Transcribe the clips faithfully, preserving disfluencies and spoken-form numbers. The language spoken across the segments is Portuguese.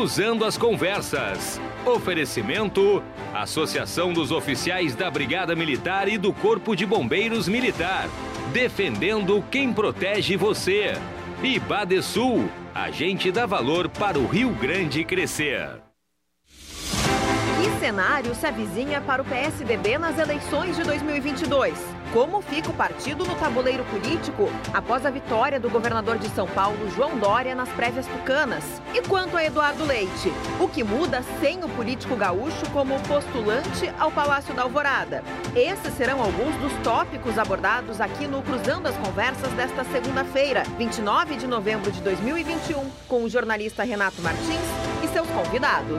Cruzando as Conversas. Oferecimento: Associação dos Oficiais da Brigada Militar e do Corpo de Bombeiros Militar. Defendendo quem protege você. E Badesul, a gente dá valor para o Rio Grande crescer. Que cenário se avizinha para o P S D B nas eleições de dois mil e vinte e dois? Como fica o partido no tabuleiro político após a vitória do governador de São Paulo, João Dória, nas prévias tucanas? E quanto a Eduardo Leite, o que muda sem o político gaúcho como postulante ao Palácio da Alvorada? Esses serão alguns dos tópicos abordados aqui no Cruzando as Conversas desta segunda-feira, vinte e nove de novembro de dois mil e vinte e um, com o jornalista Renato Martins e seus convidados.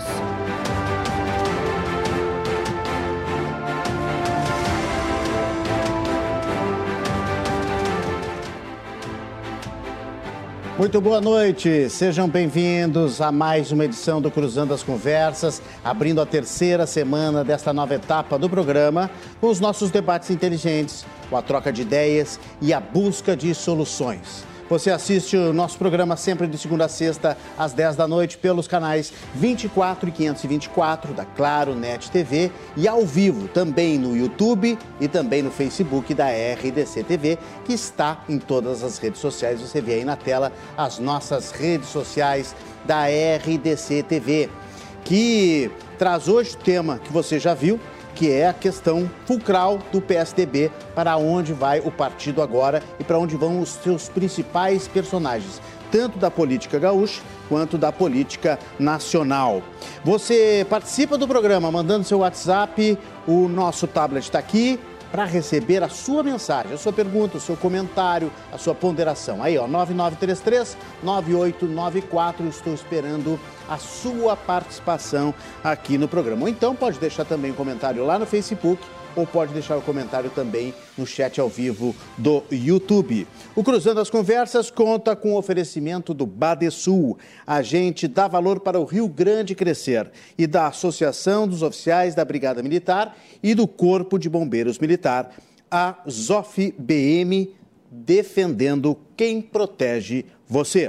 Muito boa noite, sejam bem-vindos a mais uma edição do Cruzando as Conversas, abrindo a terceira semana desta nova etapa do programa, com os nossos debates inteligentes, com a troca de ideias e a busca de soluções. Você assiste o nosso programa sempre de segunda a sexta, às dez da noite, pelos canais vinte e quatro e quinhentos e vinte e quatro da Claro Net T V e ao vivo também no YouTube e também no Facebook da R D C T V, que está em todas as redes sociais. Você vê aí na tela as nossas redes sociais da R D C T V, que traz hoje o tema que você já viu, que é a questão fulcral do P S D B, para onde vai o partido agora e para onde vão os seus principais personagens, tanto da política gaúcha quanto da política nacional. Você participa do programa mandando seu WhatsApp, o nosso tablet está aqui para receber a sua mensagem, a sua pergunta, o seu comentário, a sua ponderação. Aí, ó, nove nove três três, nove oito nove quatro, estou esperando a sua participação aqui no programa. Ou então pode deixar também um comentário lá no Facebook, ou pode deixar o comentário também no chat ao vivo do YouTube. O Cruzando as Conversas conta com o oferecimento do Badesul. A gente dá valor para o Rio Grande crescer, e da Associação dos Oficiais da Brigada Militar e do Corpo de Bombeiros Militar, a Z O F B M, defendendo quem protege você.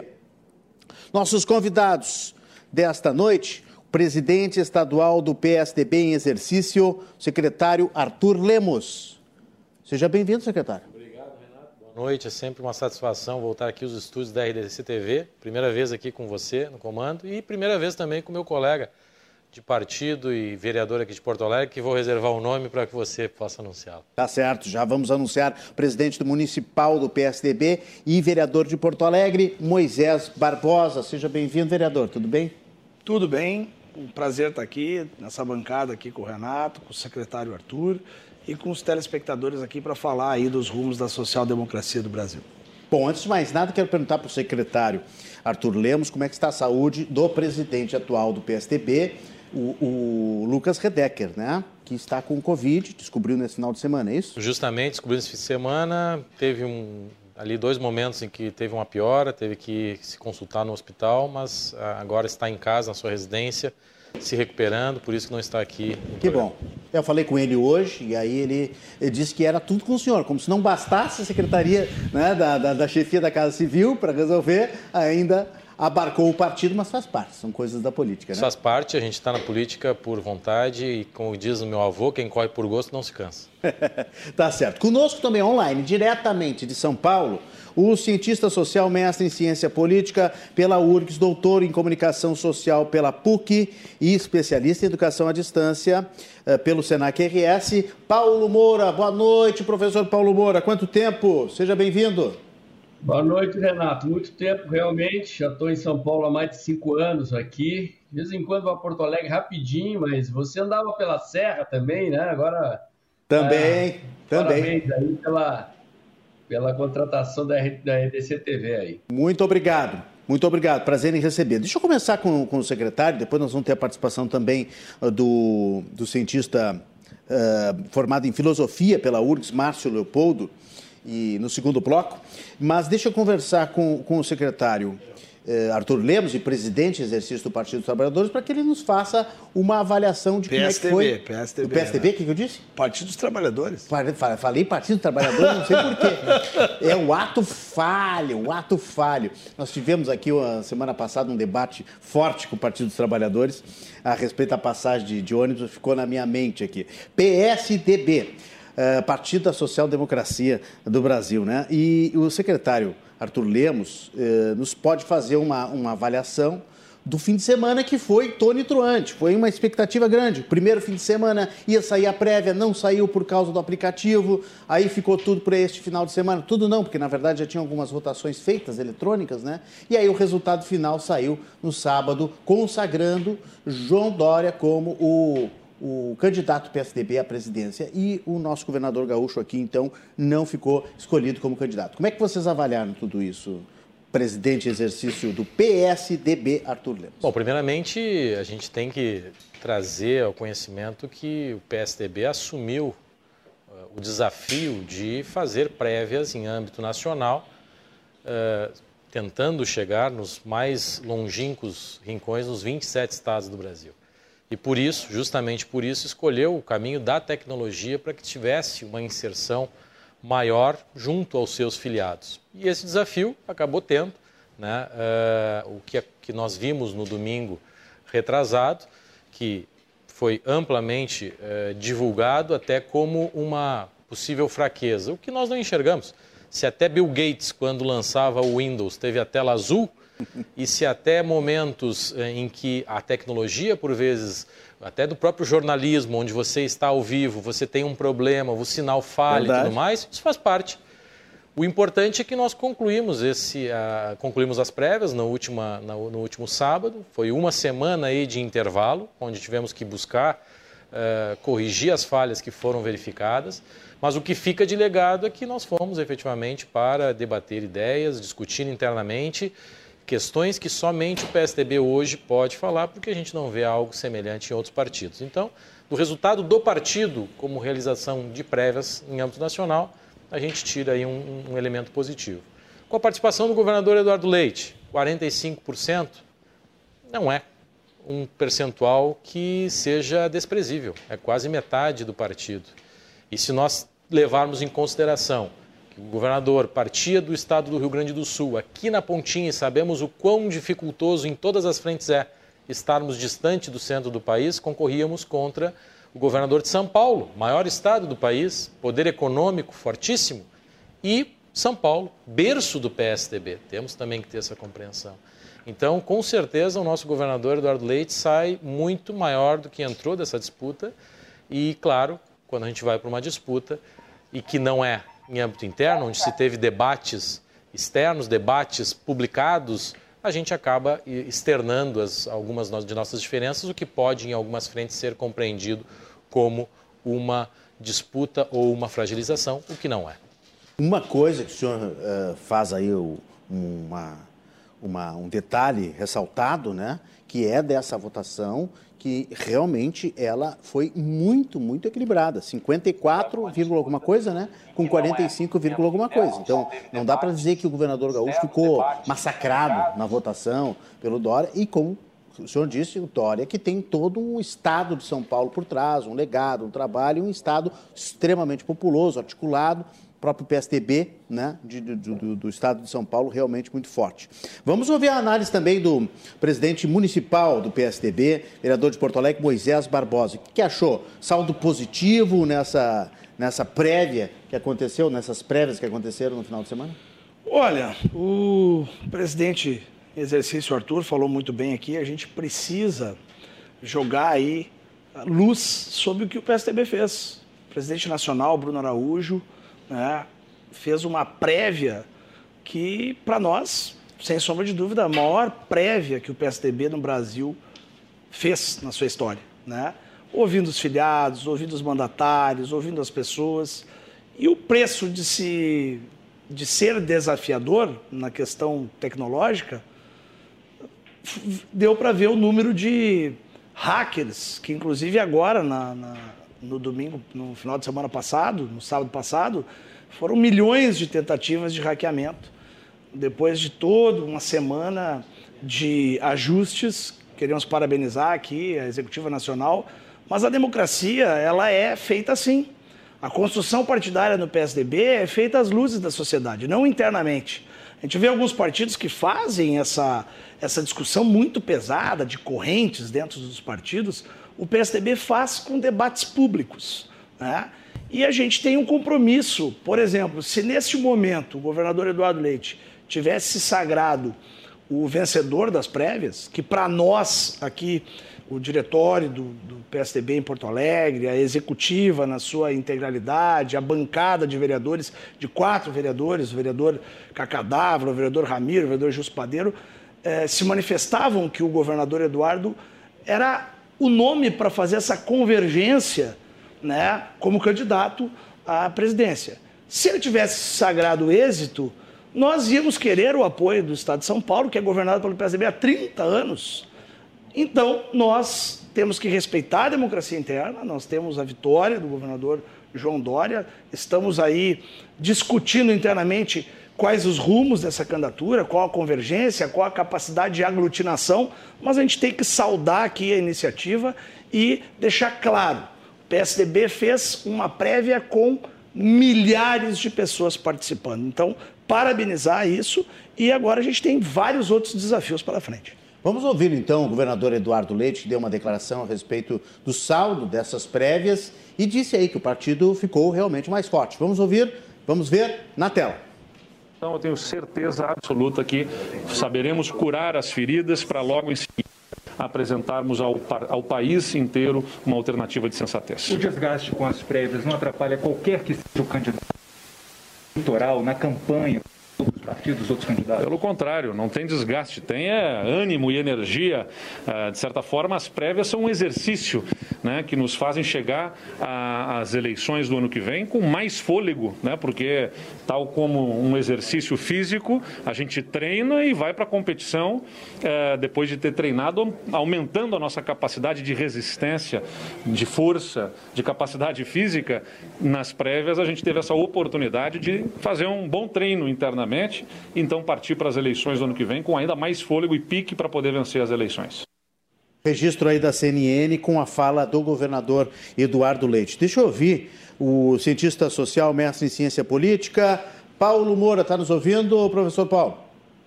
Nossos convidados desta noite: presidente estadual do P S D B em exercício, secretário Arthur Lemos. Seja bem-vindo, secretário. Obrigado, Renato. Boa noite. É sempre uma satisfação voltar aqui aos estúdios da R D C T V. Primeira vez aqui com você no comando e primeira vez também com meu colega de partido e vereador aqui de Porto Alegre, que vou reservar o nome para que você possa anunciá-lo. Tá certo, já vamos anunciar o presidente do municipal do P S D B e vereador de Porto Alegre, Moisés Barbosa. Seja bem-vindo, vereador. Tudo bem? Tudo bem. Um prazer estar aqui, nessa bancada aqui com o Renato, com o secretário Arthur e com os telespectadores aqui para falar aí dos rumos da social-democracia do Brasil. Bom, antes de mais nada, quero perguntar para o secretário Arthur Lemos como é que está a saúde do presidente atual do P S D B, o, o Lucas Redecker, né? Que está com Covid, descobriu nesse final de semana, é isso? Justamente, descobriu nesse fim de semana, teve um... ali dois momentos em que teve uma piora, teve que se consultar no hospital, mas agora está em casa, na sua residência, se recuperando, por isso que não está aqui. Que bom. Eu falei com ele hoje e aí ele, ele disse que era tudo com o senhor, como se não bastasse a secretaria, né, da, da, da chefia da Casa Civil para resolver, ainda abarcou o partido, mas faz parte, são coisas da política, né? Faz parte, a gente está na política por vontade e, como diz o meu avô, quem corre por gosto não se cansa. Tá certo. Conosco também online, diretamente de São Paulo, o cientista social, mestre em ciência política pela U R G S, doutor em comunicação social pela P U C e especialista em educação à distância uh, pelo Senac R S, Paulo Moura. Boa noite, professor Paulo Moura. Quanto tempo? Seja bem-vindo. Boa noite, Renato. Muito tempo, realmente. Já estou em São Paulo há mais de cinco anos aqui. De vez em quando vou a Porto Alegre rapidinho, mas você andava pela Serra também, né? Agora... Também, é, também. Parabéns aí pela, pela contratação da, da R D C T V aí. Muito obrigado. Muito obrigado, prazer em receber. Deixa eu começar com, com o secretário, depois nós vamos ter a participação também uh, do, do cientista uh, formado em filosofia pela U R G S, Márcio Leopoldo, e no segundo bloco. Mas deixa eu conversar com, com o secretário. eh, Arthur Lemos, e presidente em exercício do Partido dos Trabalhadores, para que ele nos faça uma avaliação de P S T B, como é que foi... P S T B. O P S T B, o né? que, que eu disse? Partido dos Trabalhadores. Falei Partido dos Trabalhadores, não sei porquê. É o ato falho, o ato falho. Nós tivemos aqui, a semana passada, um debate forte com o Partido dos Trabalhadores a respeito da passagem de, de ônibus, ficou na minha mente aqui. P S D B, uh, Partido da Social Democracia do Brasil, né? E o secretário Arthur Lemos uh, nos pode fazer uma, uma avaliação do fim de semana, que foi tonitruante, foi uma expectativa grande. Primeiro fim de semana ia sair a prévia, não saiu por causa do aplicativo, aí ficou tudo para este final de semana. Tudo não, porque na verdade já tinha algumas votações feitas, eletrônicas, né? E aí o resultado final saiu no sábado, consagrando João Dória como o, o candidato P S D B à presidência, e o nosso governador gaúcho aqui, então, não ficou escolhido como candidato. Como é que vocês avaliaram tudo isso, presidente em exercício do P S D B, Arthur Lemos? Bom, primeiramente, a gente tem que trazer ao conhecimento que o P S D B assumiu uh, o desafio de fazer prévias em âmbito nacional, uh, tentando chegar nos mais longínquos rincões nos vinte e sete estados do Brasil. E por isso, justamente por isso, escolheu o caminho da tecnologia para que tivesse uma inserção maior junto aos seus filiados. E esse desafio acabou tendo, né, uh, o que, que nós vimos no domingo retrasado, que foi amplamente uh, divulgado até como uma possível fraqueza, o que nós não enxergamos. Se até Bill Gates, quando lançava o Windows, teve a tela azul, e se até momentos uh, em que a tecnologia, por vezes, até do próprio jornalismo, onde você está ao vivo, você tem um problema, o sinal falha e tudo mais, isso faz parte. O importante é que nós concluímos, esse, uh, concluímos as prévias na última, na, no último sábado, foi uma semana aí de intervalo, onde tivemos que buscar uh, corrigir as falhas que foram verificadas, mas o que fica de legado é que nós fomos efetivamente para debater ideias, discutir internamente questões que somente o P S D B hoje pode falar, porque a gente não vê algo semelhante em outros partidos. Então, do resultado do partido, como realização de prévias em âmbito nacional, a gente tira aí um, um elemento positivo. Com a participação do governador Eduardo Leite, quarenta e cinco por cento, não é um percentual que seja desprezível, é quase metade do partido. E se nós levarmos em consideração o governador partia do estado do Rio Grande do Sul, aqui na pontinha, e sabemos o quão dificultoso em todas as frentes é estarmos distante do centro do país, concorríamos contra o governador de São Paulo, maior estado do país, poder econômico fortíssimo, e São Paulo, berço do P S D B. Temos também que ter essa compreensão. Então, com certeza, o nosso governador Eduardo Leite sai muito maior do que entrou dessa disputa e, claro, quando a gente vai para uma disputa e que não é em âmbito interno, onde se teve debates externos, debates publicados, a gente acaba externando as, algumas de nossas diferenças, o que pode, em algumas frentes, ser compreendido como uma disputa ou uma fragilização, o que não é. Uma coisa que o senhor uh, faz aí o, uma, uma, um detalhe ressaltado, né, que é dessa votação, que realmente ela foi muito, muito equilibrada, cinquenta e quatro, alguma coisa, né, com quarenta e cinco, alguma coisa. Então, não dá para dizer que o governador gaúcho ficou massacrado na votação pelo Dória, e como o senhor disse, o Dória, que tem todo um estado de São Paulo por trás, um legado, um trabalho, um estado extremamente populoso, articulado, o próprio P S D B, né, de, do, do, do estado de São Paulo, realmente muito forte. Vamos ouvir a análise também do presidente municipal do P S D B, vereador de Porto Alegre, Moisés Barbosa. O que, que achou? Saldo positivo nessa, nessa prévia que aconteceu, nessas prévias que aconteceram no final de semana? Olha, o presidente em exercício Arthur falou muito bem aqui, a gente precisa jogar aí luz sobre o que o P S D B fez. O presidente nacional, Bruno Araújo, né, fez uma prévia que, para nós, sem sombra de dúvida, a maior prévia que o P S D B no Brasil fez na sua história, né? Ouvindo os filiados, ouvindo os mandatários, ouvindo as pessoas. E o preço de, se, de ser desafiador na questão tecnológica deu para ver o número de hackers, que inclusive agora, na, na, no domingo, no final de semana passado, no sábado passado, foram milhões de tentativas de hackeamento. Depois de toda uma semana de ajustes, queremos parabenizar aqui a Executiva Nacional, mas a democracia, ela é feita assim. A construção partidária no P S D B é feita às luzes da sociedade, não internamente. A gente vê alguns partidos que fazem essa, essa discussão muito pesada de correntes dentro dos partidos. O P S D B faz com debates públicos, né? E a gente tem um compromisso. Por exemplo, se neste momento o governador Eduardo Leite tivesse se sagrado o vencedor das prévias, que para nós aqui, o diretório do, do P S D B em Porto Alegre, a executiva na sua integralidade, a bancada de vereadores, de quatro vereadores, o vereador Cacadávila, o vereador Ramiro, o vereador Justo Padeiro, eh, se manifestavam que o governador Eduardo era o nome para fazer essa convergência, né, como candidato à presidência. Se ele tivesse sagrado êxito, nós íamos querer o apoio do Estado de São Paulo, que é governado pelo P S D B há trinta anos. Então, nós temos que respeitar a democracia interna, nós temos a vitória do governador João Dória, estamos aí discutindo internamente quais os rumos dessa candidatura, qual a convergência, qual a capacidade de aglutinação, mas a gente tem que saudar aqui a iniciativa e deixar claro, o P S D B fez uma prévia com milhares de pessoas participando. Então, parabenizar isso e agora a gente tem vários outros desafios pela frente. Vamos ouvir então o governador Eduardo Leite, que deu uma declaração a respeito do saldo dessas prévias e disse aí que o partido ficou realmente mais forte. Vamos ouvir, vamos ver na tela. Então eu tenho certeza absoluta que saberemos curar as feridas para logo em seguida apresentarmos ao, ao país inteiro uma alternativa de sensatez. O desgaste com as prévias não atrapalha qualquer que seja o candidato eleitoral na campanha dos partidos, outros candidatos? Pelo contrário, não tem desgaste, tem é, ânimo e energia. Ah, de certa forma, as prévias são um exercício, né, que nos fazem chegar às eleições do ano que vem com mais fôlego, né, porque, tal como um exercício físico, a gente treina e vai para a competição eh, depois de ter treinado, aumentando a nossa capacidade de resistência, de força, de capacidade física. Nas prévias, a gente teve essa oportunidade de fazer um bom treino internamente, então partir para as eleições do ano que vem com ainda mais fôlego e pique para poder vencer as eleições. Registro aí da C N N com a fala do governador Eduardo Leite. Deixa eu ouvir o cientista social, mestre em ciência política, Paulo Moura. Está nos ouvindo, professor Paulo?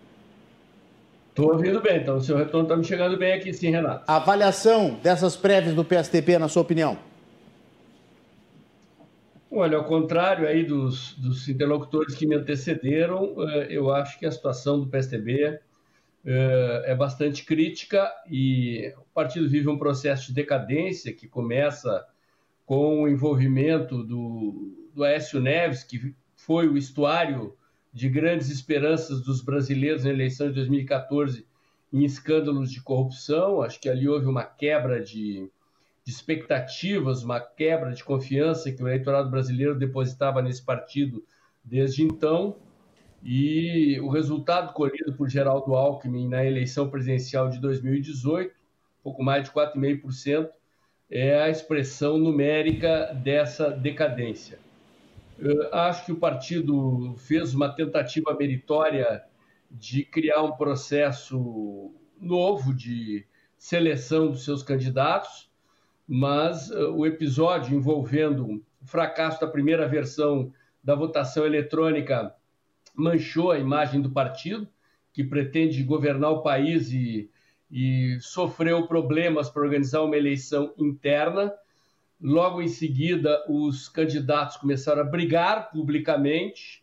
Estou ouvindo bem, então o seu retorno está me chegando bem aqui, sim, Renato. A avaliação dessas prévias do P S D B, na sua opinião? Olha, ao contrário aí dos, dos interlocutores que me antecederam, eu acho que a situação do P S D B é bastante crítica e o partido vive um processo de decadência que começa com o envolvimento do, do Aécio Neves, que foi o estuário de grandes esperanças dos brasileiros na eleição de dois mil e quatorze em escândalos de corrupção. Acho que ali houve uma quebra de... de expectativas, uma quebra de confiança que o eleitorado brasileiro depositava nesse partido desde então, e o resultado colhido por Geraldo Alckmin na eleição presidencial de dois mil e dezoito, pouco mais de quatro vírgula cinco por cento, é a expressão numérica dessa decadência. Eu acho que o partido fez uma tentativa meritória de criar um processo novo de seleção dos seus candidatos, mas uh, o episódio envolvendo o fracasso da primeira versão da votação eletrônica manchou a imagem do partido, que pretende governar o país e, e sofreu problemas para organizar uma eleição interna. Logo em seguida, os candidatos começaram a brigar publicamente.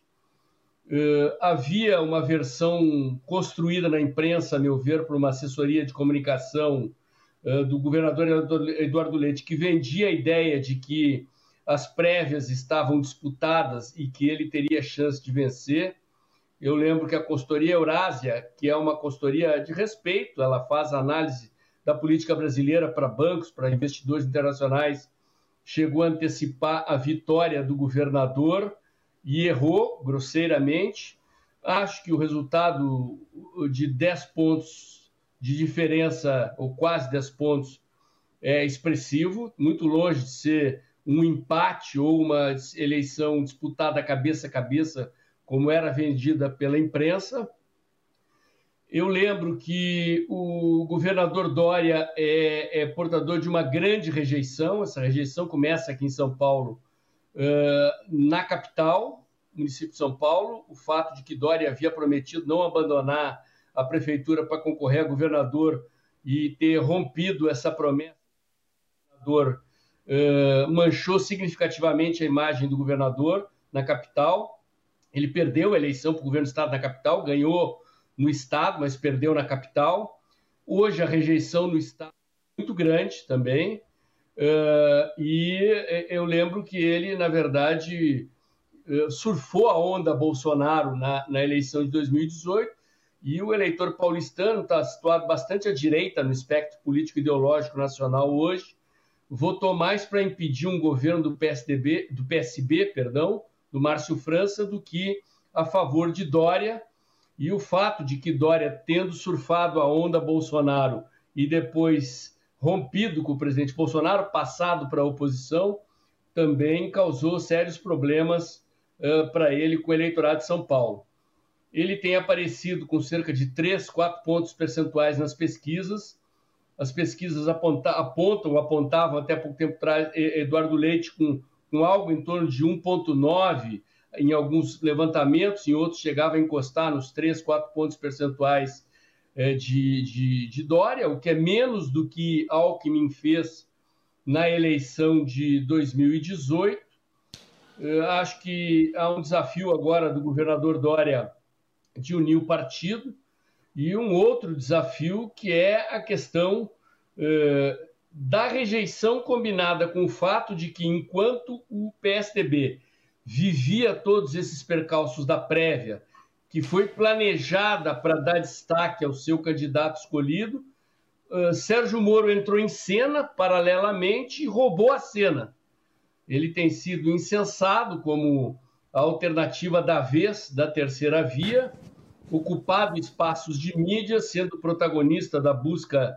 Uh, havia uma versão construída na imprensa, a meu ver, por uma assessoria de comunicação do governador Eduardo Leite, que vendia a ideia de que as prévias estavam disputadas e que ele teria chance de vencer. Eu lembro que a consultoria Eurásia, que é uma consultoria de respeito, ela faz análise da política brasileira para bancos, para investidores internacionais, chegou a antecipar a vitória do governador e errou grosseiramente. Acho que o resultado de dez pontos de diferença, ou quase dez pontos, é expressivo, muito longe de ser um empate ou uma eleição disputada cabeça a cabeça, como era vendida pela imprensa. Eu lembro que o governador Dória é, é portador de uma grande rejeição. Essa rejeição começa aqui em São Paulo, uh, na capital, município de São Paulo. O fato de que Dória havia prometido não abandonar a prefeitura para concorrer a governador e ter rompido essa promessa, o governador uh, manchou significativamente a imagem do governador na capital. Ele perdeu a eleição para o governo do estado na capital, ganhou no estado, mas perdeu na capital. Hoje a rejeição no estado é muito grande também, uh, e eu lembro que ele, na verdade, uh, surfou a onda Bolsonaro na, na eleição de dois mil e dezoito, e o eleitor paulistano está situado bastante à direita no espectro político-ideológico nacional hoje, votou mais para impedir um governo do P S D B, do P S B, perdão, do Márcio França, do que a favor de Dória. E o fato de que Dória, tendo surfado a onda Bolsonaro e depois rompido com o presidente Bolsonaro, passado para a oposição, também causou sérios problemas uh, para ele com o eleitorado de São Paulo. Ele tem aparecido com cerca de três, quatro pontos percentuais nas pesquisas. As pesquisas aponta, apontam, apontavam até pouco tempo atrás Eduardo Leite com, com algo em torno de um vírgula nove, em alguns levantamentos, em outros chegava a encostar nos três, quatro pontos percentuais é, de, de, de Dória, o que é menos do que Alckmin fez na eleição de dois mil e dezoito. Eu acho que há um desafio agora do governador Dória de unir o partido, e um outro desafio que é a questão é, da rejeição combinada com o fato de que, enquanto o P S D B vivia todos esses percalços da prévia, que foi planejada para dar destaque ao seu candidato escolhido, uh, Sérgio Moro entrou em cena paralelamente e roubou a cena. Ele tem sido incensado como a alternativa da vez da terceira via, ocupado espaços de mídia, sendo protagonista da busca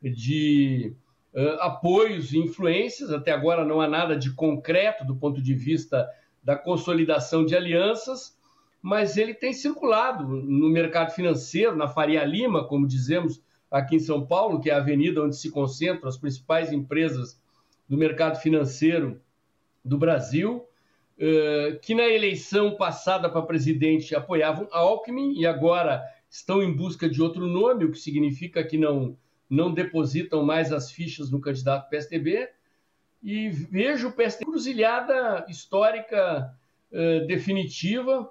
de uh, apoios e influências. Até agora não há nada de concreto do ponto de vista da consolidação de alianças, mas ele tem circulado no mercado financeiro, na Faria Lima, como dizemos aqui em São Paulo, que é a avenida onde se concentram as principais empresas do mercado financeiro do Brasil, que na eleição passada para presidente apoiavam a Alckmin e agora estão em busca de outro nome, o que significa que não, não depositam mais as fichas no candidato P S D B. E vejo o P S D B encruzilhada histórica uh, definitiva,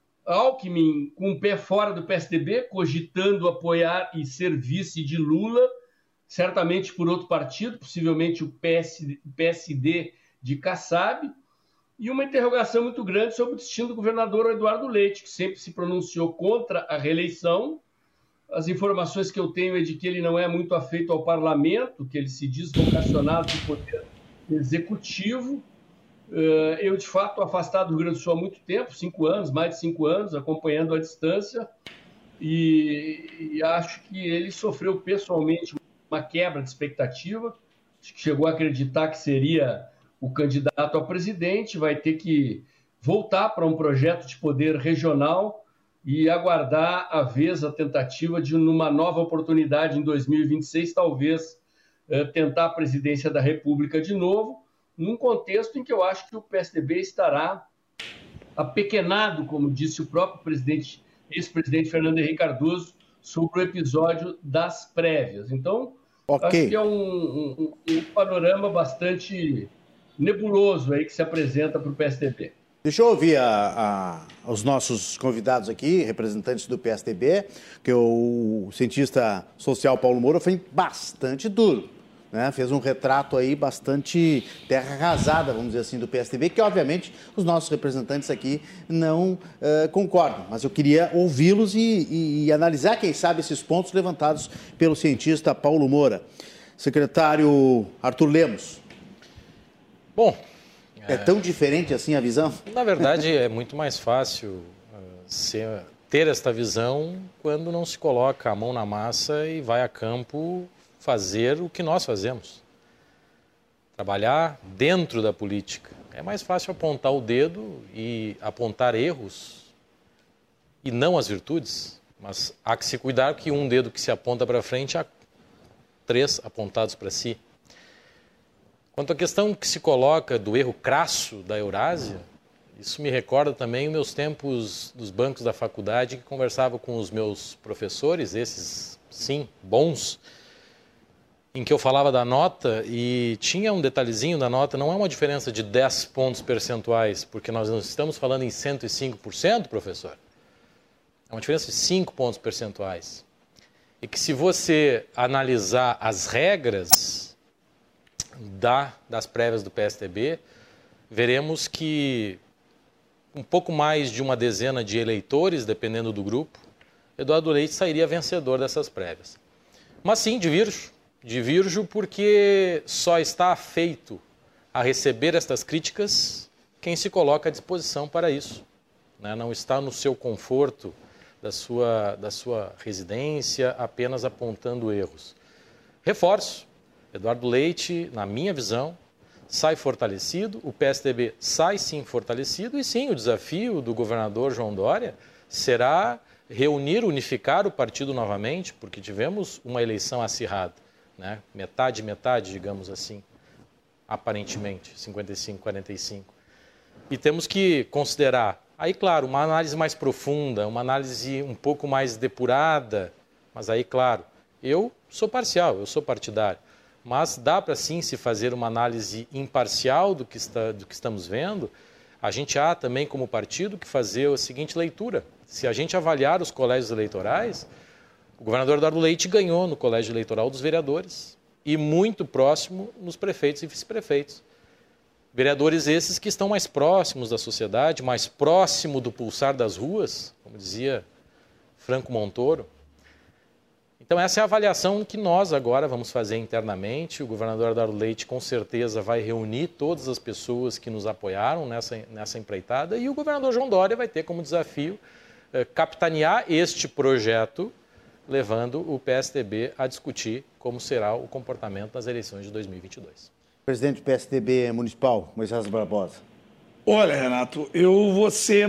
Alckmin com o pé fora do P S D B, cogitando apoiar e ser vice de Lula, certamente por outro partido, possivelmente o P S D de Kassab, e uma interrogação muito grande sobre o destino do governador Eduardo Leite, que sempre se pronunciou contra a reeleição. As informações que eu tenho é de que ele não é muito afeito ao parlamento, que ele se diz vocacionado de poder executivo. Eu, de fato, afastado do Rio Grande do Sul há muito tempo, cinco anos, mais de cinco anos, acompanhando à distância, e, e acho que ele sofreu pessoalmente uma quebra de expectativa, acho que chegou a acreditar que seria o candidato a presidente, vai ter que voltar para um projeto de poder regional e aguardar a vez, a tentativa de, numa nova oportunidade em dois mil e vinte e seis, talvez tentar a presidência da República de novo, num contexto em que eu acho que o P S D B estará apequenado, como disse o próprio presidente, ex-presidente Fernando Henrique Cardoso, sobre o episódio das prévias. Então, okay. Acho que é um, um, um panorama bastante nebuloso aí que se apresenta para o P S D B. Deixa eu ouvir a, a, os nossos convidados aqui, representantes do P S D B, que o cientista social Paulo Moura foi bastante duro, né? Fez um retrato aí bastante terra arrasada, vamos dizer assim, do P S D B, que obviamente os nossos representantes aqui não uh, concordam, mas eu queria ouvi-los e, e, e analisar, quem sabe, esses pontos levantados pelo cientista Paulo Moura. Secretário Arthur Lemos. Bom... É tão diferente assim a visão? Na verdade, é muito mais fácil uh, ser, ter esta visão quando não se coloca a mão na massa e vai a campo fazer o que nós fazemos. Trabalhar dentro da política. É mais fácil apontar o dedo e apontar erros e não as virtudes. Mas há que se cuidar que um dedo que se aponta para frente, há três apontados para si. Quanto à questão que se coloca do erro crasso da Eurásia, isso me recorda também os meus tempos dos bancos da faculdade, que conversava com os meus professores, esses, sim, bons, em que eu falava da nota e tinha um detalhezinho da nota, não é uma diferença de dez pontos percentuais, porque nós não estamos falando em cento e cinco por cento, professor. É uma diferença de cinco pontos percentuais. E que se você analisar as regras da, das prévias do P S D B, veremos que um pouco mais de uma dezena de eleitores, dependendo do grupo, Eduardo Leite sairia vencedor dessas prévias. Mas sim, divirjo. Divirjo porque só está afeito a receber estas críticas quem se coloca à disposição para isso. Né? Não está no seu conforto da sua, da sua residência apenas apontando erros. Reforço, Eduardo Leite, na minha visão, sai fortalecido, o P S D B sai sim fortalecido e sim, o desafio do governador João Dória será reunir, unificar o partido novamente, porque tivemos uma eleição acirrada, né? Metade, metade, digamos assim, aparentemente, cinquenta e cinco, quarenta e cinco. E temos que considerar, aí claro, uma análise mais profunda, uma análise um pouco mais depurada, mas aí claro, eu sou parcial, eu sou partidário. Mas dá para sim se fazer uma análise imparcial do que, está, do que estamos vendo. A gente há também como partido que fazer a seguinte leitura. Se a gente avaliar os colégios eleitorais, o governador Eduardo Leite ganhou no colégio eleitoral dos vereadores e muito próximo nos prefeitos e vice-prefeitos. Vereadores esses que estão mais próximos da sociedade, mais próximo do pulsar das ruas, como dizia Franco Montoro. Então essa é a avaliação que nós agora vamos fazer internamente. O governador Eduardo Leite com certeza vai reunir todas as pessoas que nos apoiaram nessa, nessa empreitada e o governador João Dória vai ter como desafio eh, capitanear este projeto, levando o P S D B a discutir como será o comportamento nas eleições de dois mil e vinte e dois. Presidente do P S D B municipal, Moisés Barbosa. Olha, Renato, eu vou ser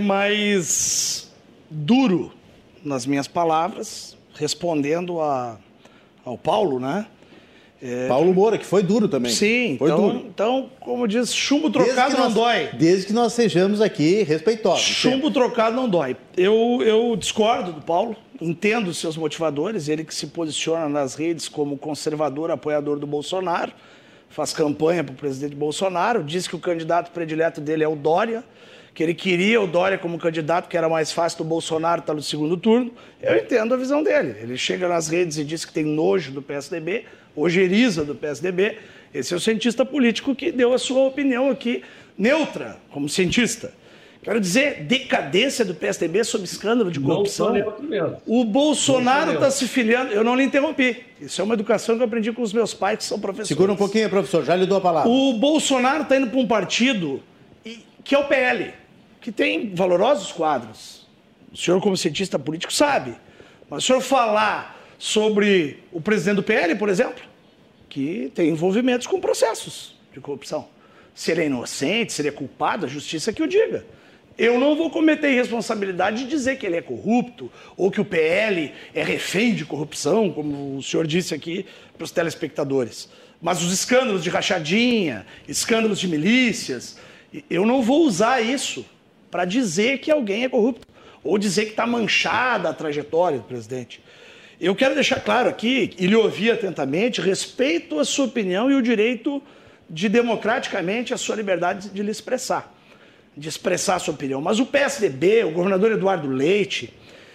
mais duro nas minhas palavras, respondendo a, ao Paulo, né? É... Paulo Moura, que foi duro também. Sim, foi então, duro. então, como diz, chumbo trocado não nós, dói. Desde que nós sejamos aqui respeitosos. Chumbo sempre. Trocado não dói. Eu, eu discordo do Paulo, entendo os seus motivadores, ele que se posiciona nas redes como conservador, apoiador do Bolsonaro, faz campanha para o presidente Bolsonaro, diz que o candidato predileto dele é o Dória, que ele queria o Dória como candidato, que era mais fácil do Bolsonaro estar no segundo turno. Eu entendo a visão dele. Ele chega nas redes e diz que tem nojo do P S D B, ojeriza do P S D B. Esse é o cientista político que deu a sua opinião aqui, neutra, como cientista. Quero dizer, decadência do P S D B sob escândalo de corrupção. O Bolsonaro está se filiando... Eu não lhe interrompi. Isso é uma educação que eu aprendi com os meus pais, que são professores. Segura um pouquinho, professor. Já lhe dou a palavra. O Bolsonaro está indo para um partido que é o P L, que tem valorosos quadros. O senhor, como cientista político, sabe. Mas o senhor falar sobre o presidente do P L, por exemplo, que tem envolvimentos com processos de corrupção. Se ele é inocente, se ele é culpado, a justiça que o diga. Eu não vou cometer a irresponsabilidade de dizer que ele é corrupto ou que o P L é refém de corrupção, como o senhor disse aqui para os telespectadores. Mas os escândalos de rachadinha, escândalos de milícias, eu não vou usar isso para dizer que alguém é corrupto ou dizer que está manchada a trajetória do presidente. Eu quero deixar claro aqui, e lhe ouvir atentamente, respeito a sua opinião e o direito de, democraticamente, a sua liberdade de lhe expressar, de expressar a sua opinião. Mas o P S D B, o governador Eduardo Leite,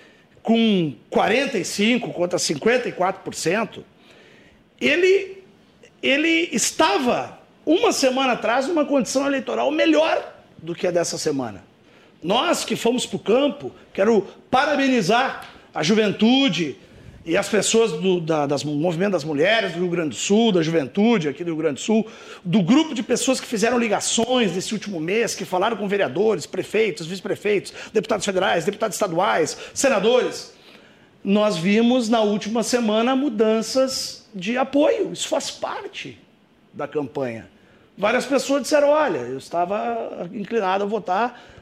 com quarenta e cinco por cento contra cinquenta e quatro por cento, ele, ele estava, uma semana atrás, numa condição eleitoral melhor do que a dessa semana. Nós que fomos para o campo, quero parabenizar a juventude e as pessoas do da, das, movimento das mulheres do Rio Grande do Sul, da juventude aqui do Rio Grande do Sul, do grupo de pessoas que fizeram ligações nesse último mês, que falaram com vereadores, prefeitos, vice-prefeitos, deputados federais, deputados estaduais, senadores. Nós vimos na última semana mudanças de apoio, isso faz parte da campanha. Várias pessoas disseram, olha, eu estava inclinado a votar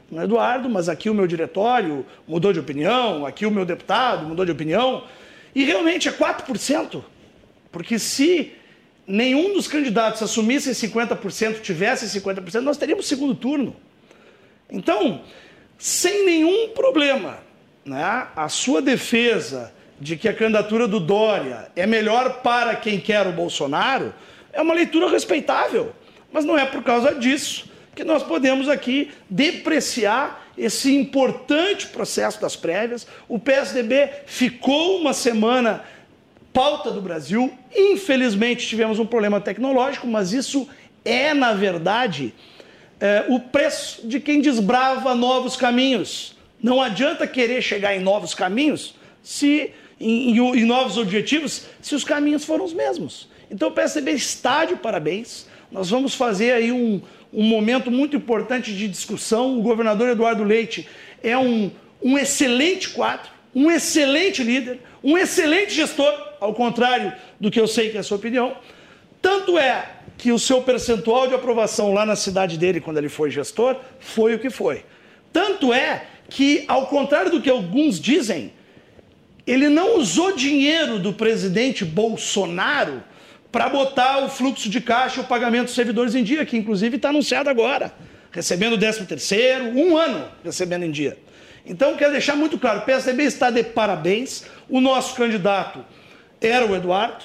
no Eduardo, mas aqui o meu diretório mudou de opinião, aqui o meu deputado mudou de opinião, e realmente é quatro por cento, porque se nenhum dos candidatos assumisse cinquenta por cento, tivesse cinquenta por cento, nós teríamos segundo turno. Então, sem nenhum problema, né, a sua defesa de que a candidatura do Dória é melhor para quem quer o Bolsonaro é uma leitura respeitável, mas não é por causa disso que nós podemos aqui depreciar esse importante processo das prévias. O P S D B ficou uma semana pauta do Brasil, infelizmente tivemos um problema tecnológico, mas isso é, na verdade, é, o preço de quem desbrava novos caminhos. Não adianta querer chegar em novos caminhos, se em, em, em novos objetivos, se os caminhos foram os mesmos. Então o P S D B está de parabéns. Nós vamos fazer aí um, um momento muito importante de discussão. O governador Eduardo Leite é um, um excelente quadro, um excelente líder, um excelente gestor, ao contrário do que eu sei que é a sua opinião. Tanto é que o seu percentual de aprovação lá na cidade dele, quando ele foi gestor, foi o que foi. Tanto é que, ao contrário do que alguns dizem, ele não usou dinheiro do presidente Bolsonaro para botar o fluxo de caixa e o pagamento dos servidores em dia, que inclusive está anunciado agora, recebendo o décimo terceiro, um ano recebendo em dia. Então, quero deixar muito claro, o P S D B está de parabéns, o nosso candidato era o Eduardo,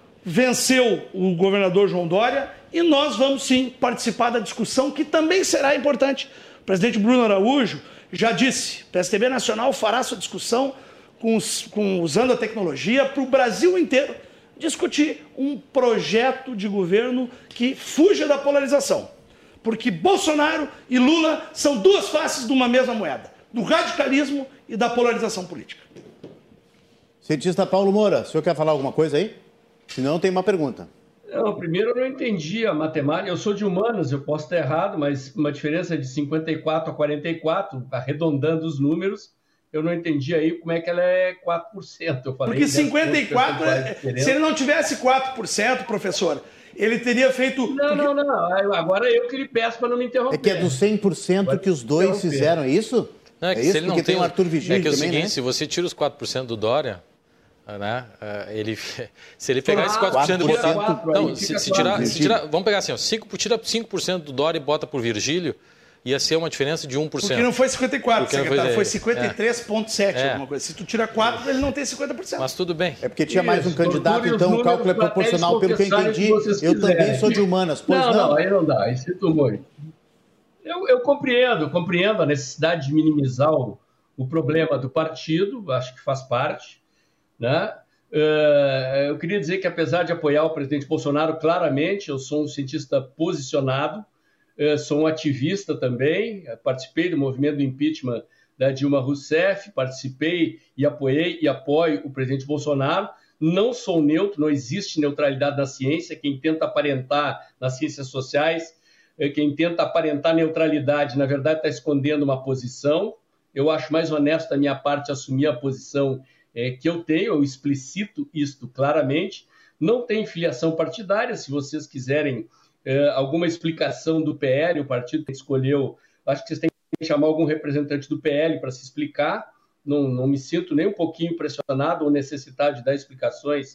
venceu o governador João Dória, e nós vamos sim participar da discussão, que também será importante. O presidente Bruno Araújo já disse, o P S D B Nacional fará sua discussão com os, com, usando a tecnologia para o Brasil inteiro discutir um projeto de governo que fuja da polarização. Porque Bolsonaro e Lula são duas faces de uma mesma moeda, do radicalismo e da polarização política. Cientista Paulo Moura, o senhor quer falar alguma coisa aí? Se não, tem uma pergunta. Não, primeiro eu não entendi a matemática, eu sou de humanas, eu posso estar errado, mas uma diferença de cinquenta e quatro a quarenta e quatro, arredondando os números, eu não entendi aí como é que ela é quatro por cento. Eu falei, porque cinquenta e quatro, se ele não tivesse quatro por cento, professor, ele teria feito... Não, porque... não, não, agora eu que lhe peço para não me interromper. É que é dos cem por cento que os dois fizeram, é isso? Não, é que é se isso? ele Porque não tem tem o Arthur Vigílio também, É que é o também, seguinte, né? se você tira os quatro por cento do Dória, né, ele, se ele pegar ah, esses quatro por cento e botar... quatro, não, se, se tirar, se tirar, vamos pegar assim, ó, cinco, tira cinco por cento do Dória e bota por Virgílio, ia ser uma diferença de um por cento. Porque não foi cinquenta e quatro, Porque secretário, foi cinquenta e três vírgula sete, é. alguma coisa. Se tu tira quatro, ele não tem cinquenta por cento. Mas tudo bem. É porque tinha Isso, mais um candidato, então o cálculo é proporcional, pelo que eu entendi. Eu também sou de humanas, pois não? Não, não, aí não dá, aí você tomou. Eu, eu compreendo, eu compreendo a necessidade de minimizar o, o problema do partido, acho que faz parte, né? Uh, eu queria dizer que, apesar de apoiar o presidente Bolsonaro, claramente, eu sou um cientista posicionado, uh, sou um ativista também, participei do movimento do impeachment da Dilma Rousseff, participei e apoiei e apoio o presidente Bolsonaro. Não sou neutro, não existe neutralidade na ciência. Quem tenta aparentar nas ciências sociais, uh, quem tenta aparentar neutralidade, na verdade está escondendo uma posição. Eu acho mais honesto da minha parte assumir a posição É, que eu tenho, eu explicito isto claramente. Não tem filiação partidária. Se vocês quiserem é, alguma explicação do P L, o partido que escolheu, acho que vocês têm que chamar algum representante do P L para se explicar. Não, não me sinto nem um pouquinho pressionado ou necessitado de dar explicações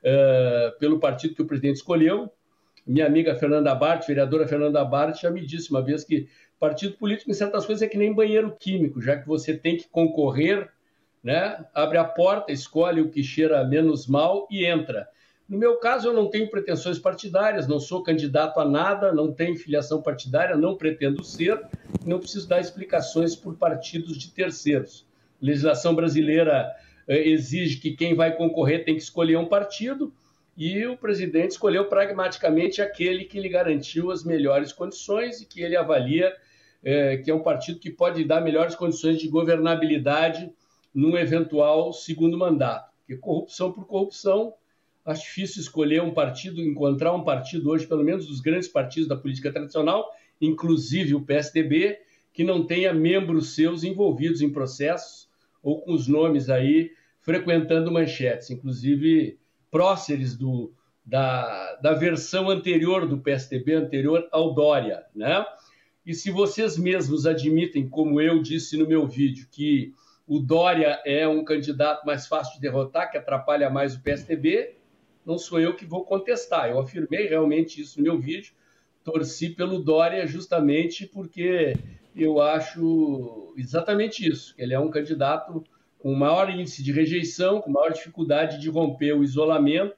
é, pelo partido que o presidente escolheu. Minha amiga Fernanda Bart, vereadora Fernanda Bart, já me disse uma vez que partido político, em certas coisas, é que nem banheiro químico, já que você tem que concorrer, né? Abre a porta, escolhe o que cheira menos mal e entra. No meu caso, eu não tenho pretensões partidárias, não sou candidato a nada, não tenho filiação partidária, não pretendo ser, não preciso dar explicações por partidos de terceiros. A legislação brasileira eh, exige que quem vai concorrer tem que escolher um partido, e o presidente escolheu pragmaticamente aquele que lhe garantiu as melhores condições e que ele avalia eh, que é um partido que pode dar melhores condições de governabilidade num eventual segundo mandato. Porque corrupção por corrupção, acho difícil escolher um partido, encontrar um partido hoje, pelo menos dos grandes partidos da política tradicional, inclusive o P S D B, que não tenha membros seus envolvidos em processos ou com os nomes aí frequentando manchetes, inclusive próceres do, da, da versão anterior do P S D B, anterior ao Dória, né? E se vocês mesmos admitem, como eu disse no meu vídeo, que o Dória é um candidato mais fácil de derrotar, que atrapalha mais o P S D B, não sou eu que vou contestar. Eu afirmei realmente isso no meu vídeo, torci pelo Dória justamente porque eu acho exatamente isso, que ele é um candidato com maior índice de rejeição, com maior dificuldade de romper o isolamento,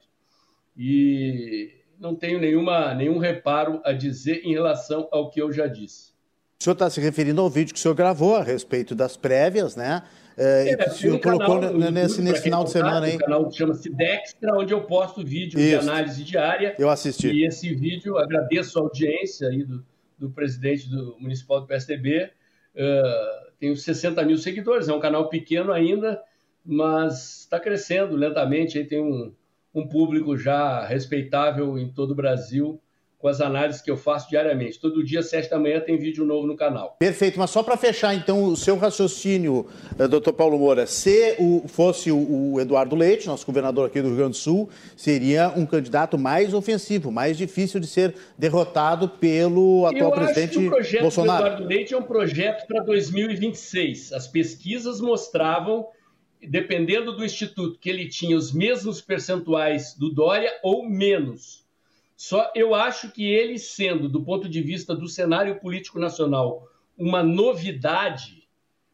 e não tenho nenhuma, nenhum reparo a dizer em relação ao que eu já disse. O senhor está se referindo ao vídeo que o senhor gravou a respeito das prévias, né? É, e que o senhor colocou canal, nesse, nesse final de semana, hein? O canal chama-se Dextra, onde eu posto vídeo Isso. de análise diária. Eu assisti. E esse vídeo, agradeço a audiência aí do, do presidente do municipal do P S D B. Uh, tenho sessenta mil seguidores, é um canal pequeno ainda, mas está crescendo lentamente. Aí tem um, um público já respeitável em todo o Brasil, com as análises que eu faço diariamente. Todo dia, às sete da manhã, tem vídeo novo no canal. Perfeito, mas só para fechar, então, o seu raciocínio, doutor Paulo Moura, se o, fosse o, o Eduardo Leite, nosso governador aqui do Rio Grande do Sul, seria um candidato mais ofensivo, mais difícil de ser derrotado pelo atual eu presidente Bolsonaro. Eu acho que o projeto Bolsonaro. do Eduardo Leite é um projeto para dois mil e vinte e seis. As pesquisas mostravam, dependendo do instituto, que ele tinha os mesmos percentuais do Dória ou menos. Só eu acho que ele, sendo, do ponto de vista do cenário político nacional, uma novidade,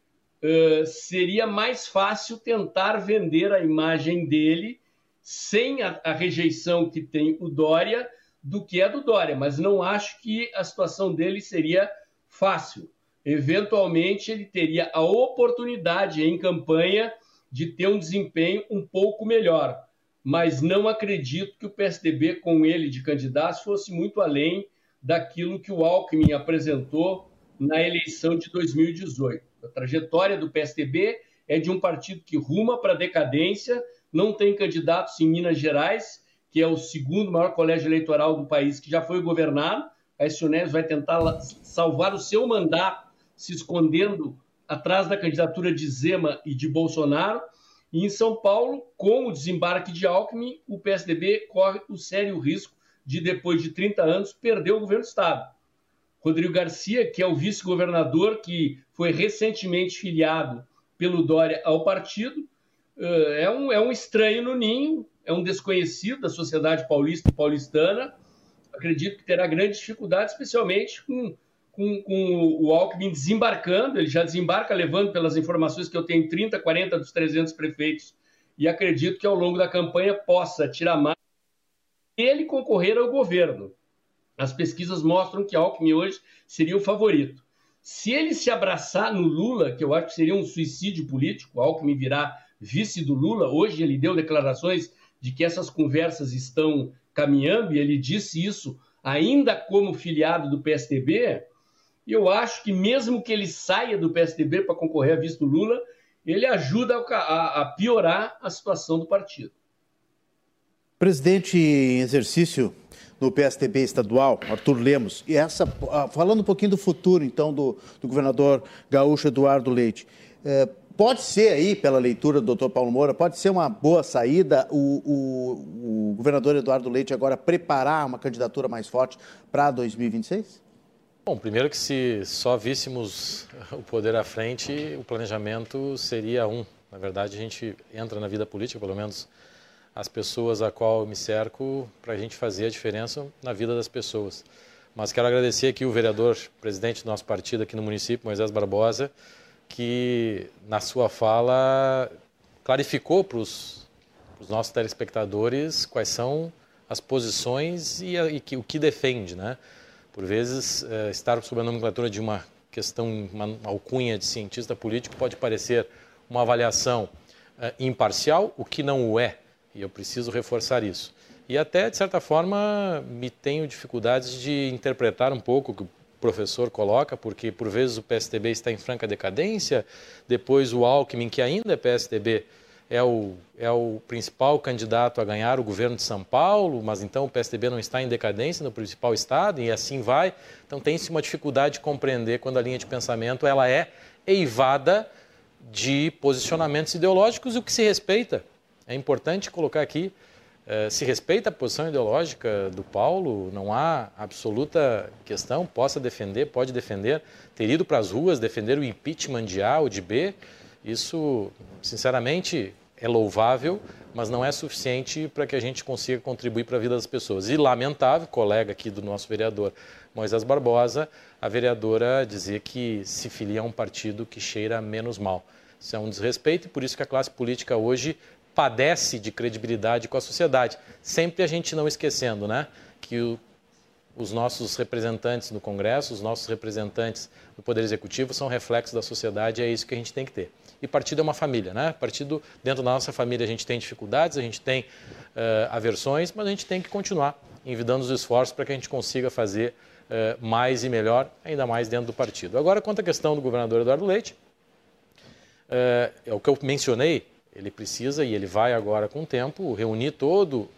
uh, seria mais fácil tentar vender a imagem dele sem a, a rejeição que tem o Dória do que é do Dória. Mas não acho que a situação dele seria fácil. Eventualmente, ele teria a oportunidade em campanha de ter um desempenho um pouco melhor. Mas não acredito que o P S D B, com ele de candidato, fosse muito além daquilo que o Alckmin apresentou na eleição de dois mil e dezoito. A trajetória do P S D B é de um partido que ruma para a decadência, não tem candidatos em Minas Gerais, que é o segundo maior colégio eleitoral do país, que já foi governado. A Aécio Neves vai tentar salvar o seu mandato, se escondendo atrás da candidatura de Zema e de Bolsonaro. E em São Paulo, com o desembarque de Alckmin, o P S D B corre o sério risco de, depois de trinta anos, perder o governo do Estado. Rodrigo Garcia, que é o vice-governador, que foi recentemente filiado pelo Dória ao partido, é um, é um estranho no ninho, é um desconhecido da sociedade paulista e paulistana. Acredito que terá grande dificuldade, especialmente com... Com, com o Alckmin desembarcando, ele já desembarca levando, pelas informações que eu tenho, trinta, quarenta dos trezentos prefeitos, e acredito que ao longo da campanha possa tirar mais e ele concorrer ao governo. As pesquisas mostram que Alckmin hoje seria o favorito. Se ele se abraçar no Lula, que eu acho que seria um suicídio político, Alckmin virar vice do Lula, hoje ele deu declarações de que essas conversas estão caminhando, e ele disse isso ainda como filiado do P S D B. E eu acho que mesmo que ele saia do P S D B para concorrer a vice do Lula, ele ajuda a, a piorar a situação do partido. Presidente em exercício no P S D B estadual, Arthur Lemos, e essa, falando um pouquinho do futuro, então, do, do governador gaúcho Eduardo Leite, é, pode ser aí, pela leitura do doutor Paulo Moura, pode ser uma boa saída o, o, o governador Eduardo Leite agora preparar uma candidatura mais forte para dois mil e vinte e seis? Bom, primeiro que se só víssemos o poder à frente, o planejamento seria um. Na verdade, a gente entra na vida política, pelo menos as pessoas a qual eu me cerco, para a gente fazer a diferença na vida das pessoas. Mas quero agradecer aqui o vereador, presidente do nosso partido aqui no município, Moisés Barbosa, que na sua fala clarificou para os nossos telespectadores quais são as posições e, a, e que, o que defende, né? Por vezes, eh, estar sob a nomenclatura de uma questão, uma alcunha de cientista político pode parecer uma avaliação eh, imparcial, o que não o é, e eu preciso reforçar isso. E até, de certa forma, me tenho dificuldades de interpretar um pouco o que o professor coloca, porque por vezes o P S D B está em franca decadência, depois o Alckmin, que ainda é P S D B, é o, é o principal candidato a ganhar o governo de São Paulo, mas então o P S D B não está em decadência no principal estado, e assim vai. Então tem-se uma dificuldade de compreender quando a linha de pensamento ela é eivada de posicionamentos ideológicos, o que se respeita. É importante colocar aqui, Uh, se respeita a posição ideológica do Paulo, não há absoluta questão, possa defender, pode defender, ter ido para as ruas, defender o impeachment de A ou de B, isso, sinceramente, é louvável, mas não é suficiente para que a gente consiga contribuir para a vida das pessoas. E lamentável, colega aqui do nosso vereador Moisés Barbosa, a vereadora dizer que se filia a um partido que cheira menos mal. Isso é um desrespeito e por isso que a classe política hoje padece de credibilidade com a sociedade. Sempre a gente não esquecendo, né, que o, os nossos representantes no Congresso, os nossos representantes no Poder Executivo são reflexos da sociedade, é isso que a gente tem que ter. E partido é uma família, né? Partido, dentro da nossa família a gente tem dificuldades, a gente tem uh, aversões, mas a gente tem que continuar envidando os esforços para que a gente consiga fazer uh, mais e melhor, ainda mais dentro do partido. Agora, quanto à questão do governador Eduardo Leite, uh, é o que eu mencionei, ele precisa, e ele vai agora com o tempo, reunir todo uh,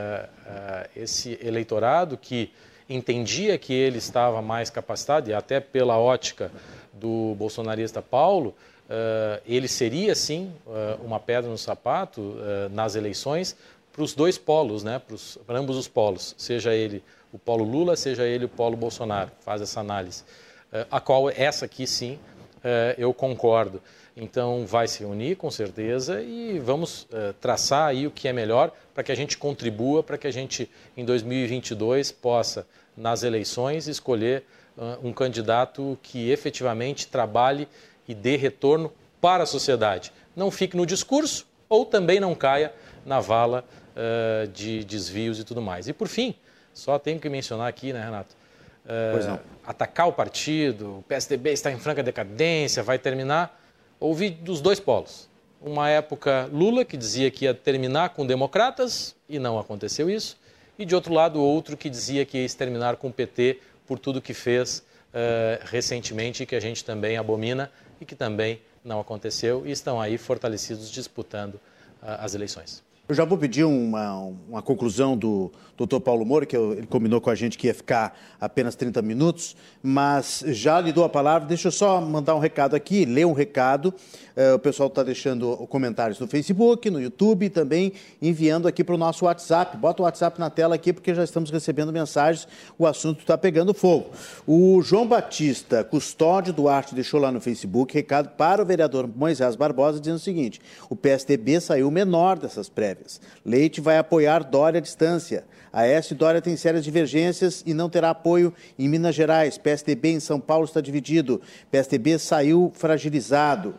uh, esse eleitorado que entendia que ele estava mais capacitado, e até pela ótica do bolsonarista Paulo, uh, ele seria, sim, uh, uma pedra no sapato uh, nas eleições para os dois polos, né, para ambos os polos, seja ele o polo Lula, seja ele o polo Bolsonaro, faz essa análise, uh, a qual essa aqui, sim, uh, eu concordo. Então, vai se reunir, com certeza, e vamos uh, traçar aí o que é melhor para que a gente contribua, para que a gente, em dois mil e vinte e dois, possa, nas eleições, escolher uh, um candidato que efetivamente trabalhe e dê retorno para a sociedade. Não fique no discurso ou também não caia na vala uh, de desvios e tudo mais. E, por fim, só tenho que mencionar aqui, né, Renato? Uh, pois não. Atacar o partido, o P S D B está em franca decadência, vai terminar... Ouvi dos dois polos. Uma época Lula, que dizia que ia terminar com democratas, e não aconteceu isso. E, de outro lado, outro que dizia que ia exterminar com o P T por tudo que fez uh, recentemente e que a gente também abomina e que também não aconteceu. E estão aí fortalecidos disputando uh, as eleições. Eu já vou pedir uma, uma conclusão do doutor Paulo Moura, que eu, ele combinou com a gente que ia ficar apenas trinta minutos, mas já lhe dou a palavra. Deixa eu só mandar um recado aqui, ler um recado. Uh, o pessoal está deixando comentários no Facebook, no YouTube e também enviando aqui para o nosso WhatsApp. Bota o WhatsApp na tela aqui, porque já estamos recebendo mensagens, o assunto está pegando fogo. O João Batista Custódio Duarte deixou lá no Facebook recado para o vereador Moisés Barbosa, dizendo o seguinte: o P S D B saiu menor dessas prévias. Leite vai apoiar Dória à distância. Aécio e Dória têm sérias divergências e não terá apoio em Minas Gerais. P S D B em São Paulo está dividido. P S D B saiu fragilizado.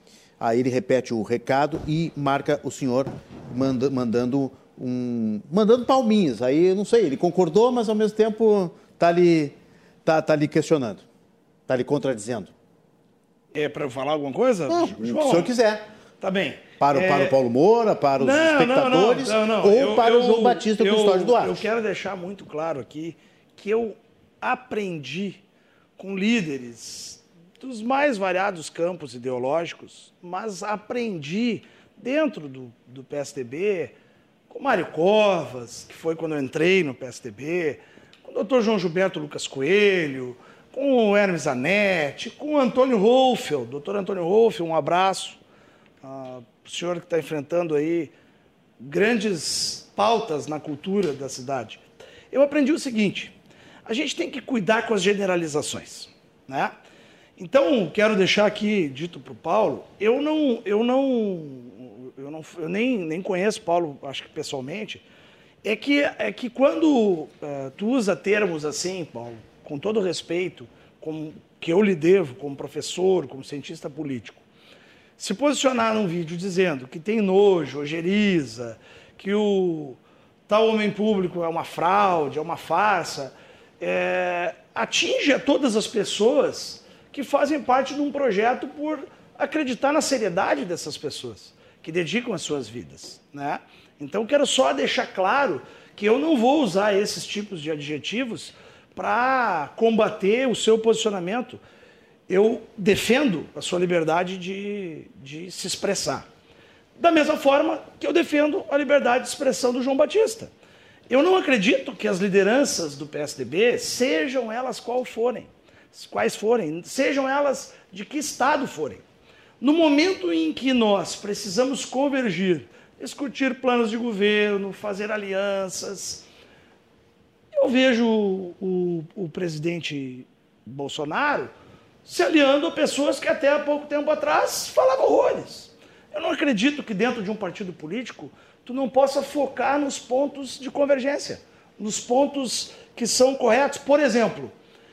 Aí ele repete o recado e marca o senhor manda, mandando um, mandando palminhas. Aí eu não sei, ele concordou, mas ao mesmo tempo está ali, tá, tá ali questionando, está ali contradizendo. É para eu falar alguma coisa? Não, se o senhor quiser. Tá bem. Para, é... para o Paulo Moura, para os não, espectadores, não, não, não, não. ou eu, para eu, o João Batista eu, Custódio Duarte. Eu quero deixar muito claro aqui que eu aprendi com líderes dos mais variados campos ideológicos, mas aprendi dentro do, do P S D B, com Mário Covas, que foi quando eu entrei no P S D B, com o doutor João Gilberto Lucas Coelho, com o Hermes Anetti, com o Antônio Rolfel, doutor Antônio Rolfel, um abraço. Uh, o senhor que está enfrentando aí grandes pautas na cultura da cidade. Eu aprendi o seguinte: a gente tem que cuidar com as generalizações, né? Então, quero deixar aqui dito para o Paulo, eu não, eu não, eu não, eu nem, nem conheço o Paulo, acho que pessoalmente, é que, é que quando uh, tu usa termos assim, Paulo, com todo respeito, como, que eu lhe devo como professor, como cientista político, se posicionar num vídeo dizendo que tem nojo, ojeriza, que o tal homem público é uma fraude, é uma farsa, é, atinge a todas as pessoas que fazem parte de um projeto por acreditar na seriedade dessas pessoas, que dedicam as suas vidas, né? Então, quero só deixar claro que eu não vou usar esses tipos de adjetivos para combater o seu posicionamento. Eu defendo a sua liberdade de, de se expressar. Da mesma forma que eu defendo a liberdade de expressão do João Batista. Eu não acredito que as lideranças do P S D B, sejam elas qual forem, quais forem, sejam elas de que estado forem, no momento em que nós precisamos convergir discutir planos de governo, fazer alianças. Eu vejo o, o, o presidente Bolsonaro se aliando a pessoas que até há pouco tempo atrás falavam horrores. Eu não acredito que dentro de um partido político tu não possa focar nos pontos de convergência, nos pontos que são corretos. Por exemplo,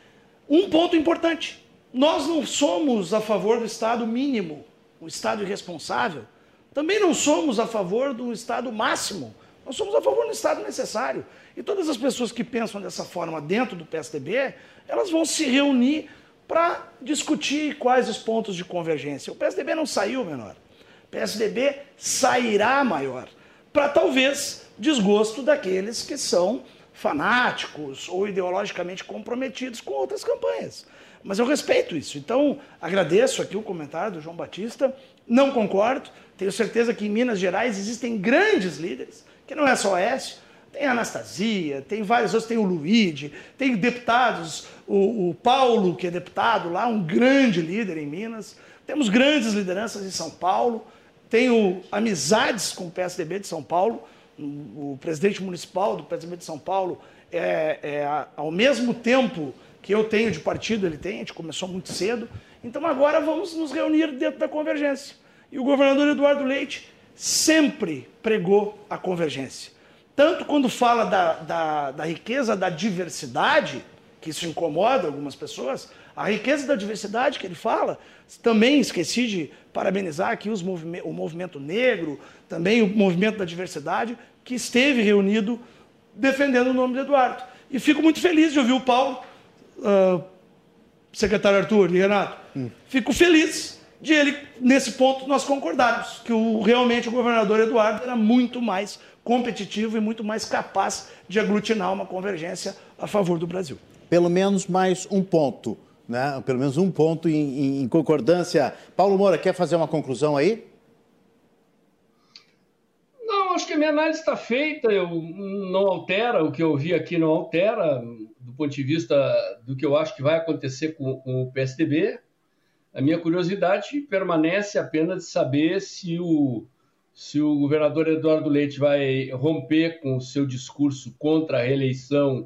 um ponto importante, nós não somos a favor do Estado mínimo, o Estado irresponsável, também não somos a favor do Estado máximo, nós somos a favor do Estado necessário. E todas as pessoas que pensam dessa forma dentro do P S D B, elas vão se reunir para discutir quais os pontos de convergência. O P S D B não saiu menor, o P S D B sairá maior, para talvez desgosto daqueles que são fanáticos ou ideologicamente comprometidos com outras campanhas. Mas eu respeito isso. Então, agradeço aqui o comentário do João Batista, não concordo, tenho certeza que em Minas Gerais existem grandes líderes, que não é só o Aécio, tem a Anastasia, tem vários outros, tem o Luíde, tem deputados, o, o Paulo, que é deputado lá, um grande líder em Minas, temos grandes lideranças em São Paulo, tenho amizades com o P S D B de São Paulo, o presidente municipal do P S D B de São Paulo, é, é, ao mesmo tempo que eu tenho de partido, ele tem, a gente começou muito cedo, então agora vamos nos reunir dentro da convergência. E o governador Eduardo Leite sempre pregou a convergência. Tanto quando fala da, da, da riqueza da diversidade, que isso incomoda algumas pessoas, a riqueza da diversidade que ele fala, também esqueci de parabenizar aqui os movime- o movimento negro, também o movimento da diversidade, que esteve reunido defendendo o nome de Eduardo. E fico muito feliz de ouvir o Paulo, uh, secretário Arthur e Renato, hum. fico feliz de ele, nesse ponto, nós concordarmos, que o, realmente o governador Eduardo era muito mais competitivo e muito mais capaz de aglutinar uma convergência a favor do Brasil. Pelo menos mais um ponto, né? Pelo menos um ponto em, em, em concordância. Paulo Moura, quer fazer uma conclusão aí? Não, acho que a minha análise está feita, eu, não altera, o que eu vi aqui não altera, do ponto de vista do que eu acho que vai acontecer com, com o P S D B. A minha curiosidade permanece apenas de saber se o, se o governador Eduardo Leite vai romper com o seu discurso contra a reeleição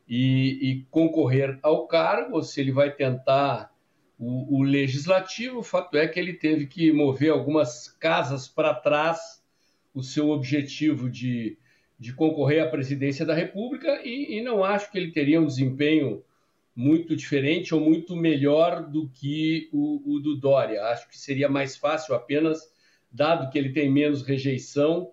e, e concorrer ao cargo, ou se ele vai tentar o, o legislativo. O fato é que ele teve que mover algumas casas para trás o seu objetivo de, de concorrer à presidência da República e, e não acho que ele teria um desempenho muito diferente ou muito melhor do que o, o do Dória. Acho que seria mais fácil apenas, dado que ele tem menos rejeição,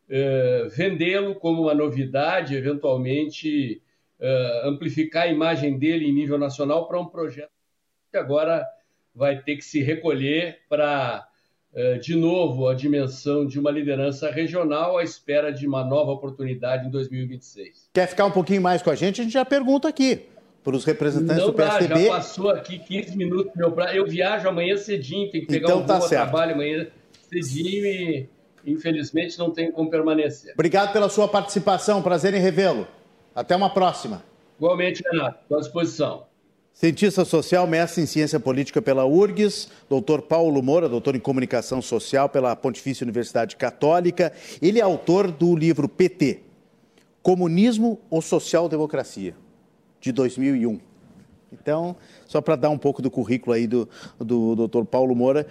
eh, vendê-lo como uma novidade, eventualmente eh, amplificar a imagem dele em nível nacional para um projeto que agora vai ter que se recolher para, eh, de novo, a dimensão de uma liderança regional à espera de uma nova oportunidade em dois mil e vinte e seis. Quer ficar um pouquinho mais com a gente? A gente já pergunta aqui para os representantes não do P S D B. Não dá, já passou aqui quinze minutos. Meu pra... Eu viajo amanhã cedinho, tenho que pegar então, um tá voo a certo. trabalho amanhã cedinho e, infelizmente, não tenho como permanecer. Obrigado pela sua participação, prazer em revê-lo. Até uma próxima. Igualmente, Renato, estou à disposição. Cientista social, mestre em ciência política pela U R G S, doutor Paulo Moura, doutor em comunicação social pela Pontifícia Universidade Católica. Ele é autor do livro P T, Comunismo ou Social-Democracia, de dois mil e um. Então, só para dar um pouco do currículo aí do, do doutor Paulo Moura,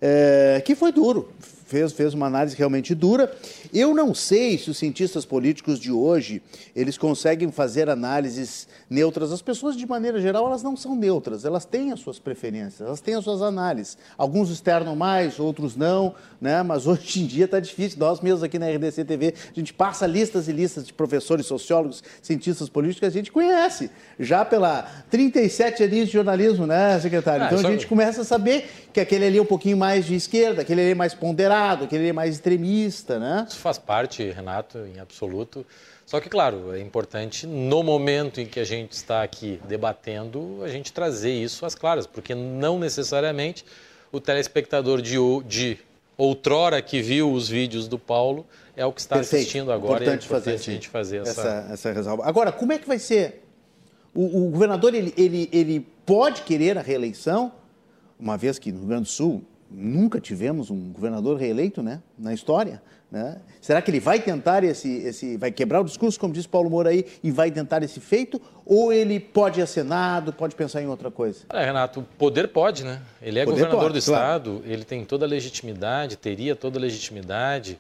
é, que foi duro, fez, fez uma análise realmente dura. Eu não sei se os cientistas políticos de hoje, eles conseguem fazer análises neutras. As pessoas, de maneira geral, elas não são neutras, elas têm as suas preferências, elas têm as suas análises. Alguns externam mais, outros não, né? Mas hoje em dia está difícil. Nós mesmos aqui na R D C T V, a gente passa listas e listas de professores, sociólogos, cientistas políticos que a gente conhece, já pela trinta e sete anos de jornalismo, né, secretário? Então ah, a gente começa a saber que aquele ali é um pouquinho mais de esquerda, aquele ali é mais ponderado, aquele ali é mais extremista, né? Isso faz parte, Renato, em absoluto. Só que, claro, é importante, no momento em que a gente está aqui debatendo, a gente trazer isso às claras, porque não necessariamente o telespectador de, de outrora que viu os vídeos do Paulo é o que está Perfeito. assistindo agora. Importante, é importante fazer, a gente fazer essa... essa, essa ressalva. Agora, como é que vai ser? O, o governador, ele, ele, ele pode querer a reeleição, uma vez que no Rio Grande do Sul, nunca tivemos um governador reeleito, né, na história, né? Será que ele vai tentar esse, esse, vai quebrar o discurso, como disse Paulo Moura aí, e vai tentar esse feito? Ou ele pode ir a Senado, pode pensar em outra coisa? É, Renato, o poder pode, né? Ele é poder governador pode, do claro. Estado, ele tem toda a legitimidade, teria toda a legitimidade.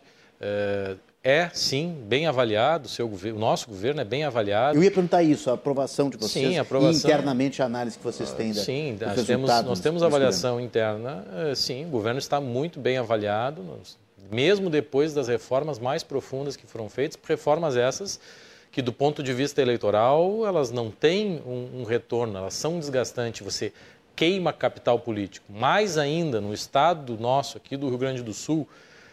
É, é sim, bem avaliado, o, seu governo, o nosso governo é bem avaliado. Eu ia perguntar isso, a aprovação de vocês, sim, a aprovação, e internamente a análise que vocês têm da, sim, dos nós temos, nós temos desse avaliação governo. interna, sim, o governo está muito bem avaliado, nós, mesmo depois das reformas mais profundas que foram feitas, reformas essas que do ponto de vista eleitoral elas não têm um, um retorno, elas são desgastantes, você queima capital político. Mais ainda no estado nosso, aqui do Rio Grande do Sul,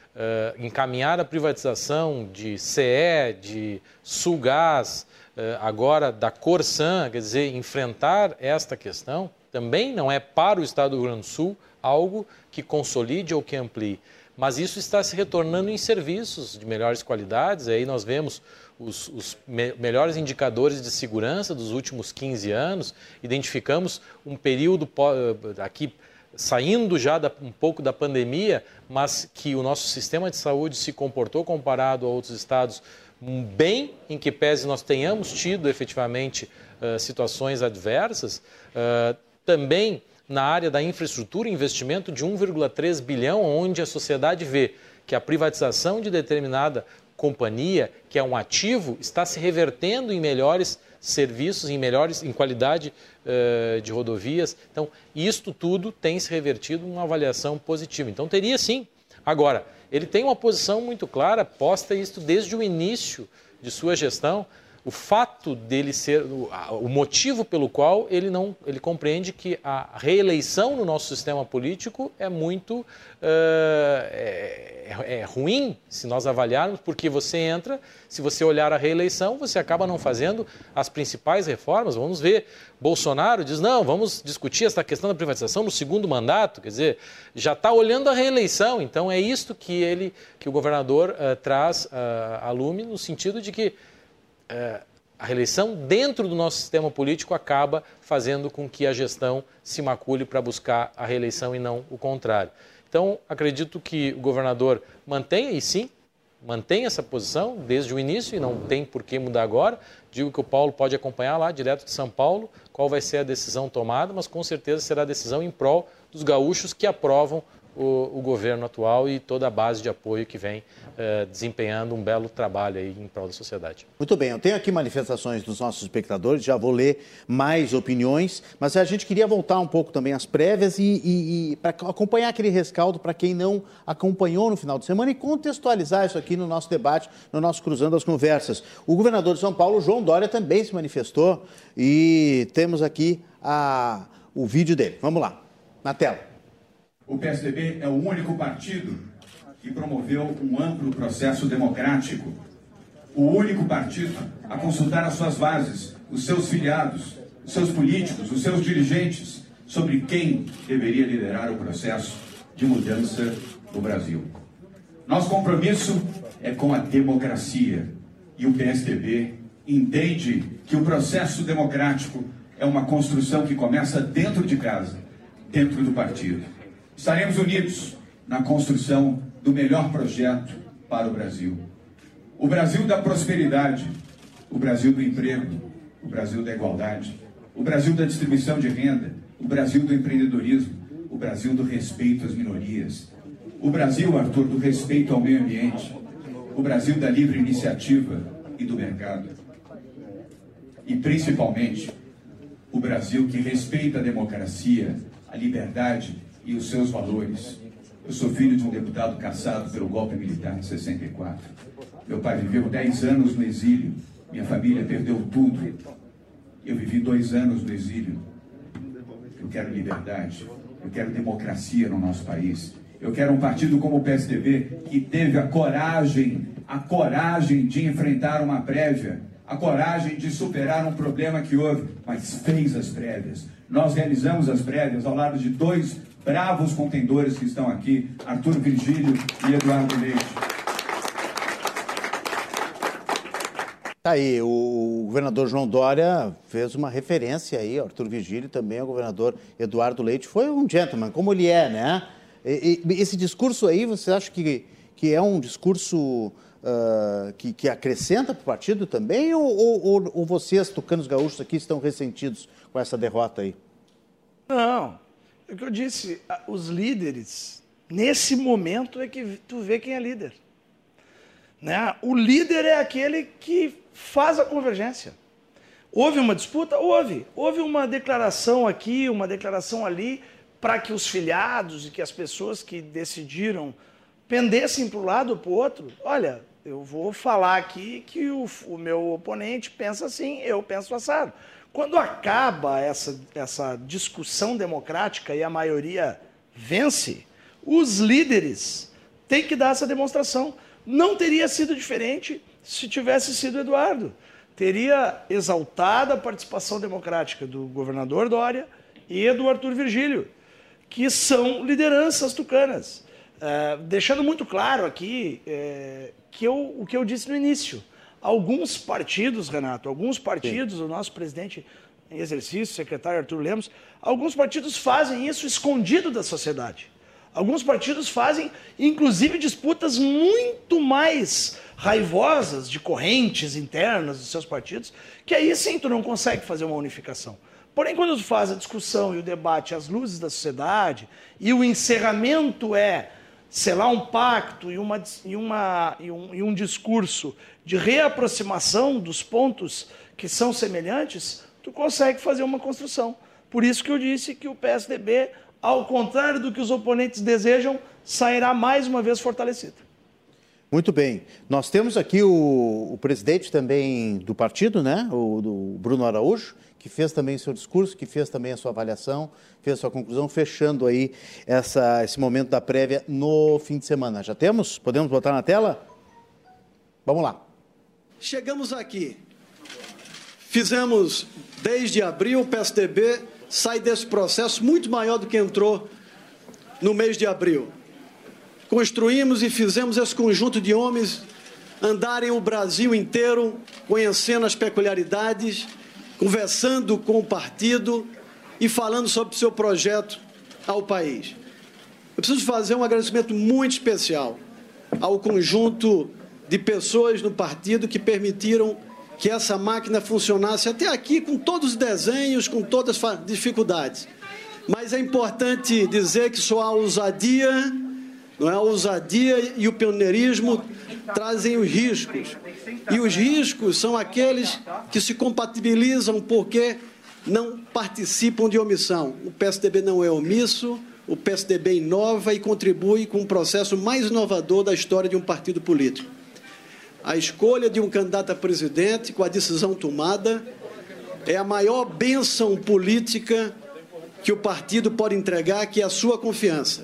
uh, encaminhar a privatização de C E, de Sulgás, uh, agora da Corsan, quer dizer, enfrentar esta questão também não é para o estado do Rio Grande do Sul algo que consolide ou que amplie. Mas isso está se retornando em serviços de melhores qualidades. Aí nós vemos os, os me melhores indicadores de segurança dos últimos quinze anos. Identificamos um período aqui, saindo já da, um pouco da pandemia, mas que o nosso sistema de saúde se comportou comparado a outros estados bem, em que pese nós tenhamos tido efetivamente uh, situações adversas. Uh, também na área da infraestrutura, investimento de um vírgula três bilhão, onde a sociedade vê que a privatização de determinada companhia, que é um ativo, está se revertendo em melhores serviços, em melhores, em qualidade uh, de rodovias. Então, isto tudo tem se revertido em uma avaliação positiva. Então, teria sim. Agora, ele tem uma posição muito clara, posta isto desde o início de sua gestão. O fato dele ser, o, o motivo pelo qual ele não, ele compreende que a reeleição no nosso sistema político é muito uh, é, é ruim se nós avaliarmos, porque você entra, se você olhar a reeleição, você acaba não fazendo as principais reformas. Vamos ver, Bolsonaro diz, não, vamos discutir essa questão da privatização no segundo mandato, quer dizer, já está olhando a reeleição. Então é isto que, ele, que o governador uh, traz uh, a lume, no sentido de que a reeleição dentro do nosso sistema político acaba fazendo com que a gestão se macule para buscar a reeleição e não o contrário. Então, acredito que o governador mantenha, e sim, mantém essa posição desde o início e não tem por que mudar agora. Digo que o Paulo pode acompanhar lá, direto de São Paulo, qual vai ser a decisão tomada, mas com certeza será a decisão em prol dos gaúchos que aprovam O, o governo atual e toda a base de apoio que vem eh, desempenhando um belo trabalho aí em prol da sociedade. Muito bem, eu tenho aqui manifestações dos nossos espectadores, já vou ler mais opiniões, mas a gente queria voltar um pouco também às prévias e, e, e para acompanhar aquele rescaldo para quem não acompanhou no final de semana e contextualizar isso aqui no nosso debate, no nosso Cruzando as Conversas. O governador de São Paulo, João Dória, também se manifestou e temos aqui a, o vídeo dele. Vamos lá, na tela. O P S D B é o único partido que promoveu um amplo processo democrático. O único partido a consultar as suas bases, os seus filiados, os seus políticos, os seus dirigentes, sobre quem deveria liderar o processo de mudança no Brasil. Nosso compromisso é com a democracia e o P S D B entende que o processo democrático é uma construção que começa dentro de casa, dentro do partido. Estaremos unidos na construção do melhor projeto para o Brasil. O Brasil da prosperidade, o Brasil do emprego, o Brasil da igualdade, o Brasil da distribuição de renda, o Brasil do empreendedorismo, o Brasil do respeito às minorias, o Brasil, Arthur, do respeito ao meio ambiente, o Brasil da livre iniciativa e do mercado. E, principalmente, o Brasil que respeita a democracia, a liberdade e os seus valores. Eu sou filho de um deputado caçado pelo golpe militar em sessenta e quatro. Meu pai viveu dez anos no exílio. Minha família perdeu tudo. Eu vivi dois anos no exílio. Eu quero liberdade. Eu quero democracia no nosso país. Eu quero um partido como o P S D B que teve a coragem, a coragem de enfrentar uma prévia, a coragem de superar um problema que houve, mas fez as prévias. Nós realizamos as prévias ao lado de dois bravos contendores que estão aqui, Arthur Virgílio e Eduardo Leite. Tá aí, o governador João Dória fez uma referência aí, Arthur Virgílio também, o governador Eduardo Leite, foi um gentleman, como ele é, né? E, e, esse discurso aí, você acha que, que é um discurso uh, que, que acrescenta para o partido também? Ou, ou, ou vocês, tucanos gaúchos aqui, estão ressentidos com essa derrota aí? Não. É o que eu disse. Os líderes, nesse momento é que tu vê quem é líder. Né? O líder é aquele que faz a convergência. Houve uma disputa? Houve. Houve uma declaração aqui, uma declaração ali, para que os filiados e que as pessoas que decidiram pendessem para um lado ou para o outro. Olha, eu vou falar aqui que o, o meu oponente pensa assim, eu penso assado. Quando acaba essa, essa discussão democrática e a maioria vence, os líderes têm que dar essa demonstração. Não teria sido diferente se tivesse sido Eduardo. Teria exaltado a participação democrática do governador Dória e do Arthur Virgílio, que são lideranças tucanas. É, deixando muito claro aqui é, que eu, o que eu disse no início. Alguns partidos, Renato, alguns partidos, Sim. o nosso presidente em exercício, secretário Arthur Lemos, alguns partidos fazem isso escondido da sociedade. Alguns partidos fazem, inclusive, disputas muito mais raivosas de correntes internas dos seus partidos, que aí sim tu não consegue fazer uma unificação. Porém, quando tu faz a discussão e o debate às luzes da sociedade, e o encerramento é selar um pacto e, uma, e, uma, e, um, e um discurso de reaproximação dos pontos que são semelhantes, tu consegue fazer uma construção. Por isso que eu disse que o P S D B, ao contrário do que os oponentes desejam, sairá mais uma vez fortalecido. Muito bem. Nós temos aqui o, o presidente também do partido, né? O do Bruno Araújo, que fez também seu discurso, que fez também a sua avaliação, fez a sua conclusão, fechando aí essa, esse momento da prévia no fim de semana. Já temos? Podemos botar na tela? Vamos lá. Chegamos aqui. Fizemos, desde abril, o P S D B sai desse processo muito maior do que entrou no mês de abril. Construímos e fizemos esse conjunto de homens andarem o Brasil inteiro, conhecendo as peculiaridades, conversando com o partido e falando sobre o seu projeto ao país. Eu preciso fazer um agradecimento muito especial ao conjunto de pessoas no partido que permitiram que essa máquina funcionasse até aqui, com todos os desenhos, com todas as dificuldades. Mas é importante dizer que só a ousadia, não é? A ousadia e o pioneirismo trazem os riscos. E os riscos são aqueles que se compatibilizam porque não participam de omissão. O P S D B não é omisso, o P S D B inova e contribui com um processo mais inovador da história de um partido político. A escolha de um candidato a presidente, com a decisão tomada, é a maior bênção política que o partido pode entregar, que é a sua confiança.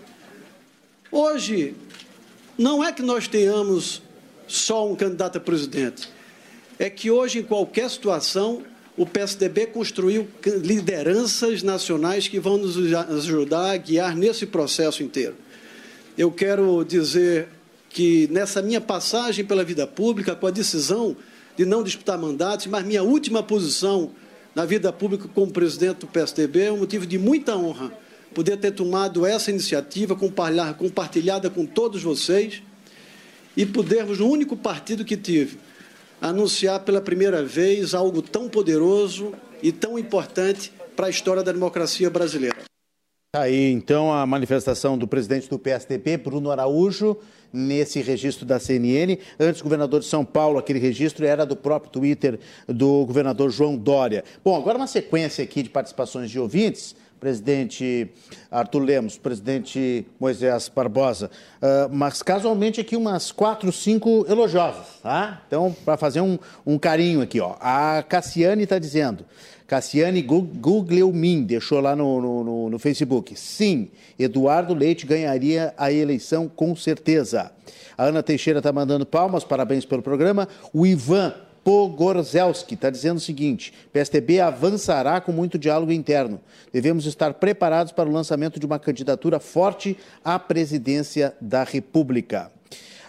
Hoje, não é que nós tenhamos só um candidato a presidente, é que hoje, em qualquer situação, o P S D B construiu lideranças nacionais que vão nos ajudar a guiar nesse processo inteiro. Eu quero dizer que nessa minha passagem pela vida pública, com a decisão de não disputar mandatos, mas minha última posição na vida pública como presidente do P S D B é um motivo de muita honra poder ter tomado essa iniciativa, compartilhada com todos vocês, e podermos, no único partido que tive, anunciar pela primeira vez algo tão poderoso e tão importante para a história da democracia brasileira. Aí, então, a manifestação do presidente do P S D B, Bruno Araújo, nesse registro da C N N. Antes, o governador de São Paulo, aquele registro era do próprio Twitter do governador João Dória. Bom, agora uma sequência aqui de participações de ouvintes. Presidente Arthur Lemos, presidente Moisés Barbosa, uh, mas casualmente aqui umas quatro, cinco elogiosas, tá? Então, para fazer um, um carinho aqui, ó. A Cassiane está dizendo, Cassiane Guglielmin, deixou lá no, no, no Facebook, sim, Eduardo Leite ganharia a eleição com certeza. A Ana Teixeira está mandando palmas, parabéns pelo programa. O Ivan Pogorzelski está dizendo o seguinte, P S D B avançará com muito diálogo interno. Devemos estar preparados para o lançamento de uma candidatura forte à presidência da República.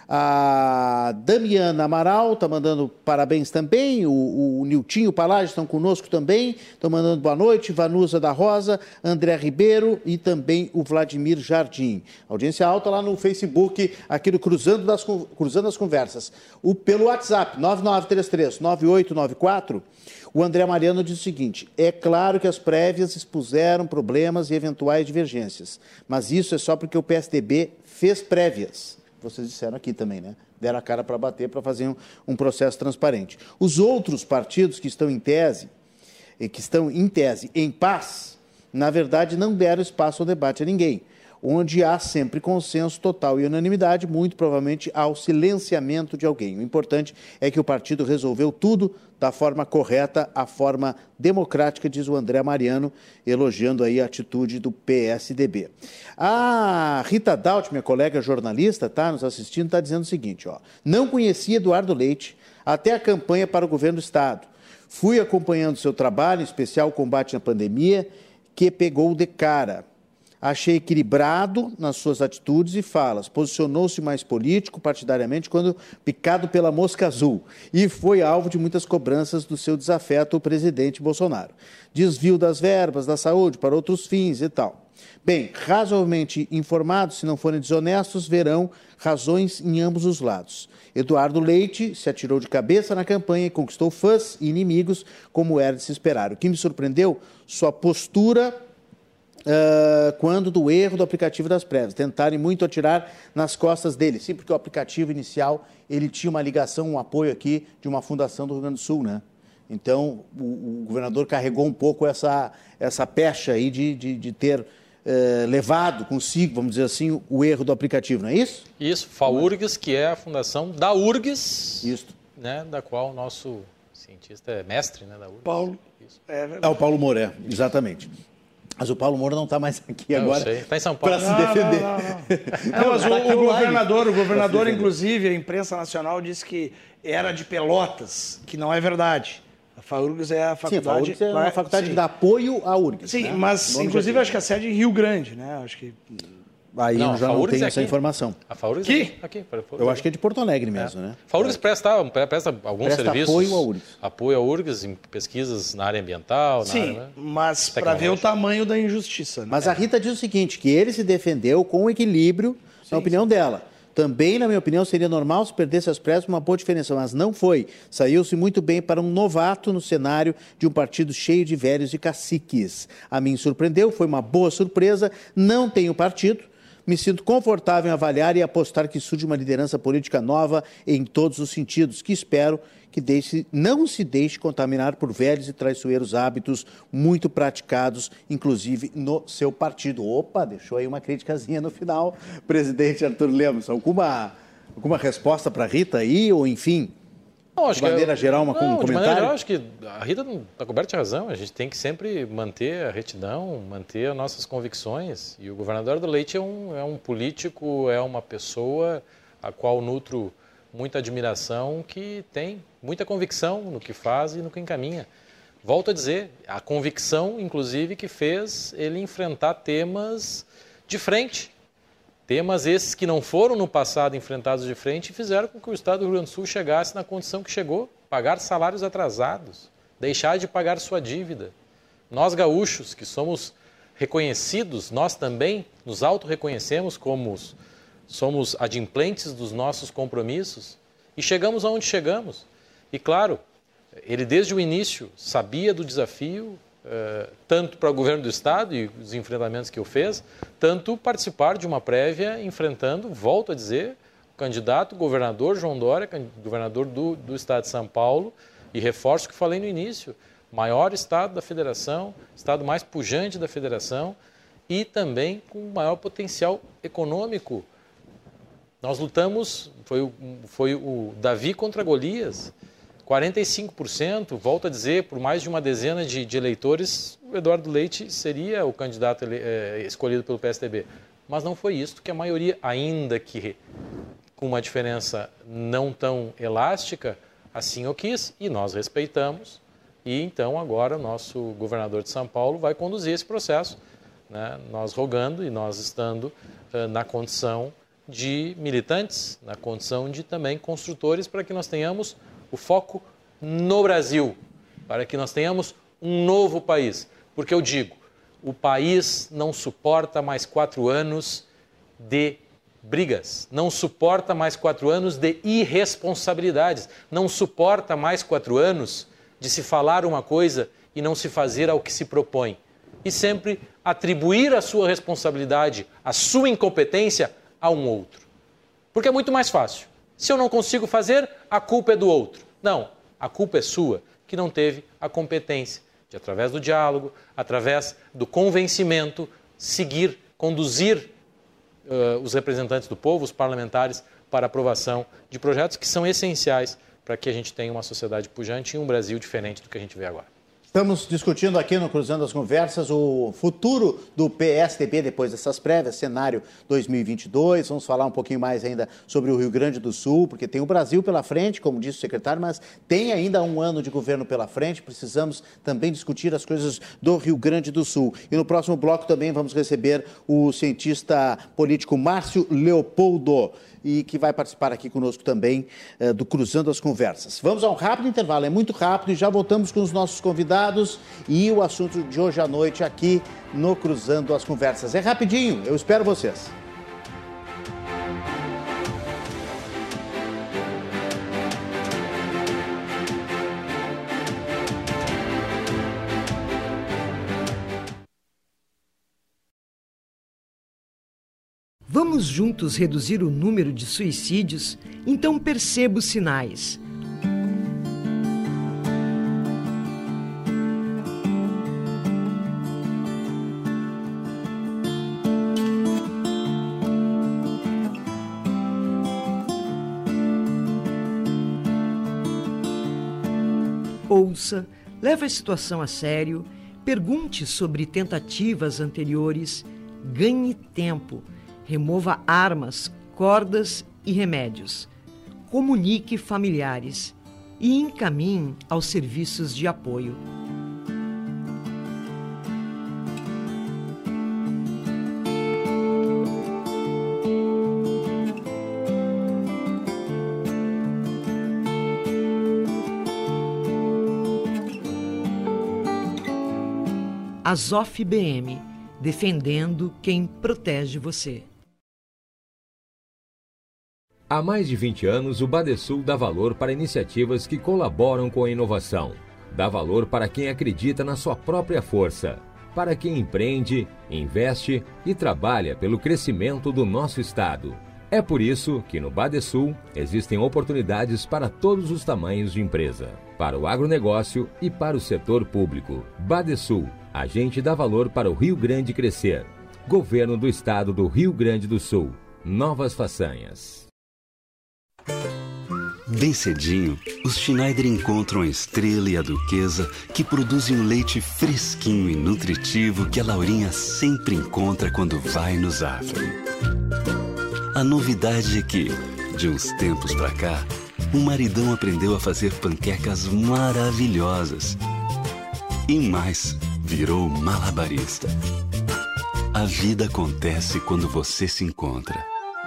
A Damiana Amaral está mandando parabéns também. O, o Niltinho Palage estão conosco também. Estão mandando boa noite. Vanusa da Rosa, André Ribeiro e também o Vladimir Jardim. Audiência alta lá no Facebook, aqui do Cruzando, das, Cruzando as Conversas. O, pelo WhatsApp, nove nove três três, nove oito nove quatro, o André Mariano diz o seguinte: é claro que as prévias expuseram problemas e eventuais divergências, mas isso é só porque o P S D B fez prévias. Vocês disseram aqui também, né? Deram a cara para bater, para fazer um, um processo transparente. Os outros partidos que estão em tese, que estão em tese em paz, na verdade não deram espaço ao debate a ninguém. Onde há sempre consenso total e unanimidade, muito provavelmente há o silenciamento de alguém. O importante é que o partido resolveu tudo da forma correta, a forma democrática, diz o André Mariano, elogiando aí a atitude do P S D B. A Rita Daut, minha colega jornalista, está nos assistindo, está dizendo o seguinte, ó: não conhecia Eduardo Leite até a campanha para o governo do Estado. Fui acompanhando seu trabalho, em especial o combate à pandemia, que pegou de cara. Achei equilibrado nas suas atitudes e falas. Posicionou-se mais político, partidariamente, quando picado pela mosca azul. E foi alvo de muitas cobranças do seu desafeto ao presidente Bolsonaro. Desvio das verbas da saúde para outros fins e tal. Bem, razoavelmente informados, se não forem desonestos, verão razões em ambos os lados. Eduardo Leite se atirou de cabeça na campanha e conquistou fãs e inimigos, como era de se esperar. O que me surpreendeu, sua postura... Uh, quando do erro do aplicativo das prévias, tentarem muito atirar nas costas dele. Sim, porque o aplicativo inicial, ele tinha uma ligação, um apoio aqui de uma fundação do Rio Grande do Sul, né? Então, o, o governador carregou um pouco essa, essa pecha aí de, de, de ter uh, levado consigo, vamos dizer assim, o erro do aplicativo, não é isso? Isso, FAURGS, que é a fundação da URGS, isso. Né, da qual o nosso cientista é mestre, né, da URGS. Paulo. Isso. É, é o Paulo Moré, exatamente. Mas o Paulo Moura não está mais aqui não, agora está em São Paulo para se defender. Não, não, não. não mas o, o governador, o governador inclusive, a imprensa nacional disse que era de Pelotas, que não é verdade. A FAURGS é a faculdade... Sim, a FAURGS é uma faculdade sim. que dá apoio à URGS. Sim, né? mas inclusive acho que a sede é em Rio Grande, né? Acho que... Aí não, eu já não tenho é essa informação. A FAURGS aqui? É aqui, aqui eu acho que é de Porto Alegre mesmo, é. né? A FAURGS presta, presta alguns presta serviços. apoio à URGS. Apoio à URGS em pesquisas na área ambiental. Sim, na área, né? mas para ver o tamanho da injustiça. Né? Mas a Rita diz o seguinte, que ele se defendeu com equilíbrio, sim, na opinião sim. dela. Também, na minha opinião, seria normal se perdesse as prévias uma boa diferença, mas não foi. Saiu-se muito bem para um novato no cenário de um partido cheio de velhos e caciques. A mim surpreendeu, foi uma boa surpresa, não tenho partido. Me sinto confortável em avaliar e apostar que surge uma liderança política nova em todos os sentidos, que espero que deixe, não se deixe contaminar por velhos e traiçoeiros hábitos muito praticados, inclusive no seu partido. Opa, deixou aí uma criticazinha no final, presidente Arthur Lemos. Alguma, alguma resposta para a Rita aí, ou enfim... Não, acho de maneira que, geral, uma, não, um comentário? De maneira geral, acho que a Rita está coberta de razão. A gente tem que sempre manter a retidão, manter as nossas convicções. E o governador do Leite é um, é um político, é uma pessoa a qual nutro muita admiração, que tem muita convicção no que faz e no que encaminha. Volto a dizer, a convicção, inclusive, que fez ele enfrentar temas de frente. Temas esses que não foram no passado enfrentados de frente e fizeram com que o Estado do Rio Grande do Sul chegasse na condição que chegou. Pagar salários atrasados, deixar de pagar sua dívida. Nós gaúchos, que somos reconhecidos, nós também nos auto-reconhecemos como somos adimplentes dos nossos compromissos e chegamos aonde chegamos. E claro, ele desde o início sabia do desafio, Uh, tanto para o governo do Estado e os enfrentamentos que eu fez, tanto participar de uma prévia enfrentando, volto a dizer, o candidato governador João Dória, governador do, do Estado de São Paulo, e reforço o que falei no início, maior Estado da Federação, Estado mais pujante da Federação e também com maior potencial econômico. Nós lutamos, foi, foi o Davi contra Golias, quarenta e cinco por cento, volto a dizer, por mais de uma dezena de, de eleitores, o Eduardo Leite seria o candidato ele, é, escolhido pelo P S D B. Mas não foi isso que a maioria, ainda que com uma diferença não tão elástica, assim o quis, e nós respeitamos. E então agora o nosso governador de São Paulo vai conduzir esse processo, né? Nós rogando e nós estando uh, na condição de militantes, na condição de também construtores, para que nós tenhamos o foco no Brasil, para que nós tenhamos um novo país. Porque eu digo, o país não suporta mais quatro anos de brigas, não suporta mais quatro anos de irresponsabilidades, não suporta mais quatro anos de se falar uma coisa e não se fazer ao que se propõe. E sempre atribuir a sua responsabilidade, a sua incompetência a um outro. Porque é muito mais fácil. Se eu não consigo fazer, a culpa é do outro. Não, a culpa é sua, que não teve a competência de, através do diálogo, através do convencimento, seguir, conduzir uh, os representantes do povo, os parlamentares, para a aprovação de projetos que são essenciais para que a gente tenha uma sociedade pujante e um Brasil diferente do que a gente vê agora. Estamos discutindo aqui no Cruzando as Conversas o futuro do P S D B depois dessas prévias, cenário dois mil e vinte e dois. Vamos falar um pouquinho mais ainda sobre o Rio Grande do Sul, porque tem o Brasil pela frente, como disse o secretário, mas tem ainda um ano de governo pela frente. Precisamos também discutir as coisas do Rio Grande do Sul. E no próximo bloco também vamos receber o cientista político Márcio Leopoldo, e que vai participar aqui conosco também uh, do Cruzando as Conversas. Vamos a um rápido intervalo, é muito rápido, e já voltamos com os nossos convidados e o assunto de hoje à noite aqui no Cruzando as Conversas. É rapidinho, eu espero vocês. Vamos juntos reduzir o número de suicídios? Então perceba os sinais. Ouça, leve a situação a sério, pergunte sobre tentativas anteriores, ganhe tempo. Remova armas, cordas e remédios. Comunique familiares e encaminhe aos serviços de apoio. Azof B M, defendendo quem protege você. Há mais de vinte anos, o Badesul dá valor para iniciativas que colaboram com a inovação. Dá valor para quem acredita na sua própria força, para quem empreende, investe e trabalha pelo crescimento do nosso estado. É por isso que no Badesul existem oportunidades para todos os tamanhos de empresa, para o agronegócio e para o setor público. Badesul, a gente dá valor para o Rio Grande crescer. Governo do Estado do Rio Grande do Sul. Novas façanhas. Bem cedinho, os Schneider encontram a Estrela e a Duquesa, que produzem um leite fresquinho e nutritivo que a Laurinha sempre encontra quando vai no Zafra. A novidade é que, de uns tempos pra cá, o maridão aprendeu a fazer panquecas maravilhosas. E mais, virou malabarista. A vida acontece quando você se encontra.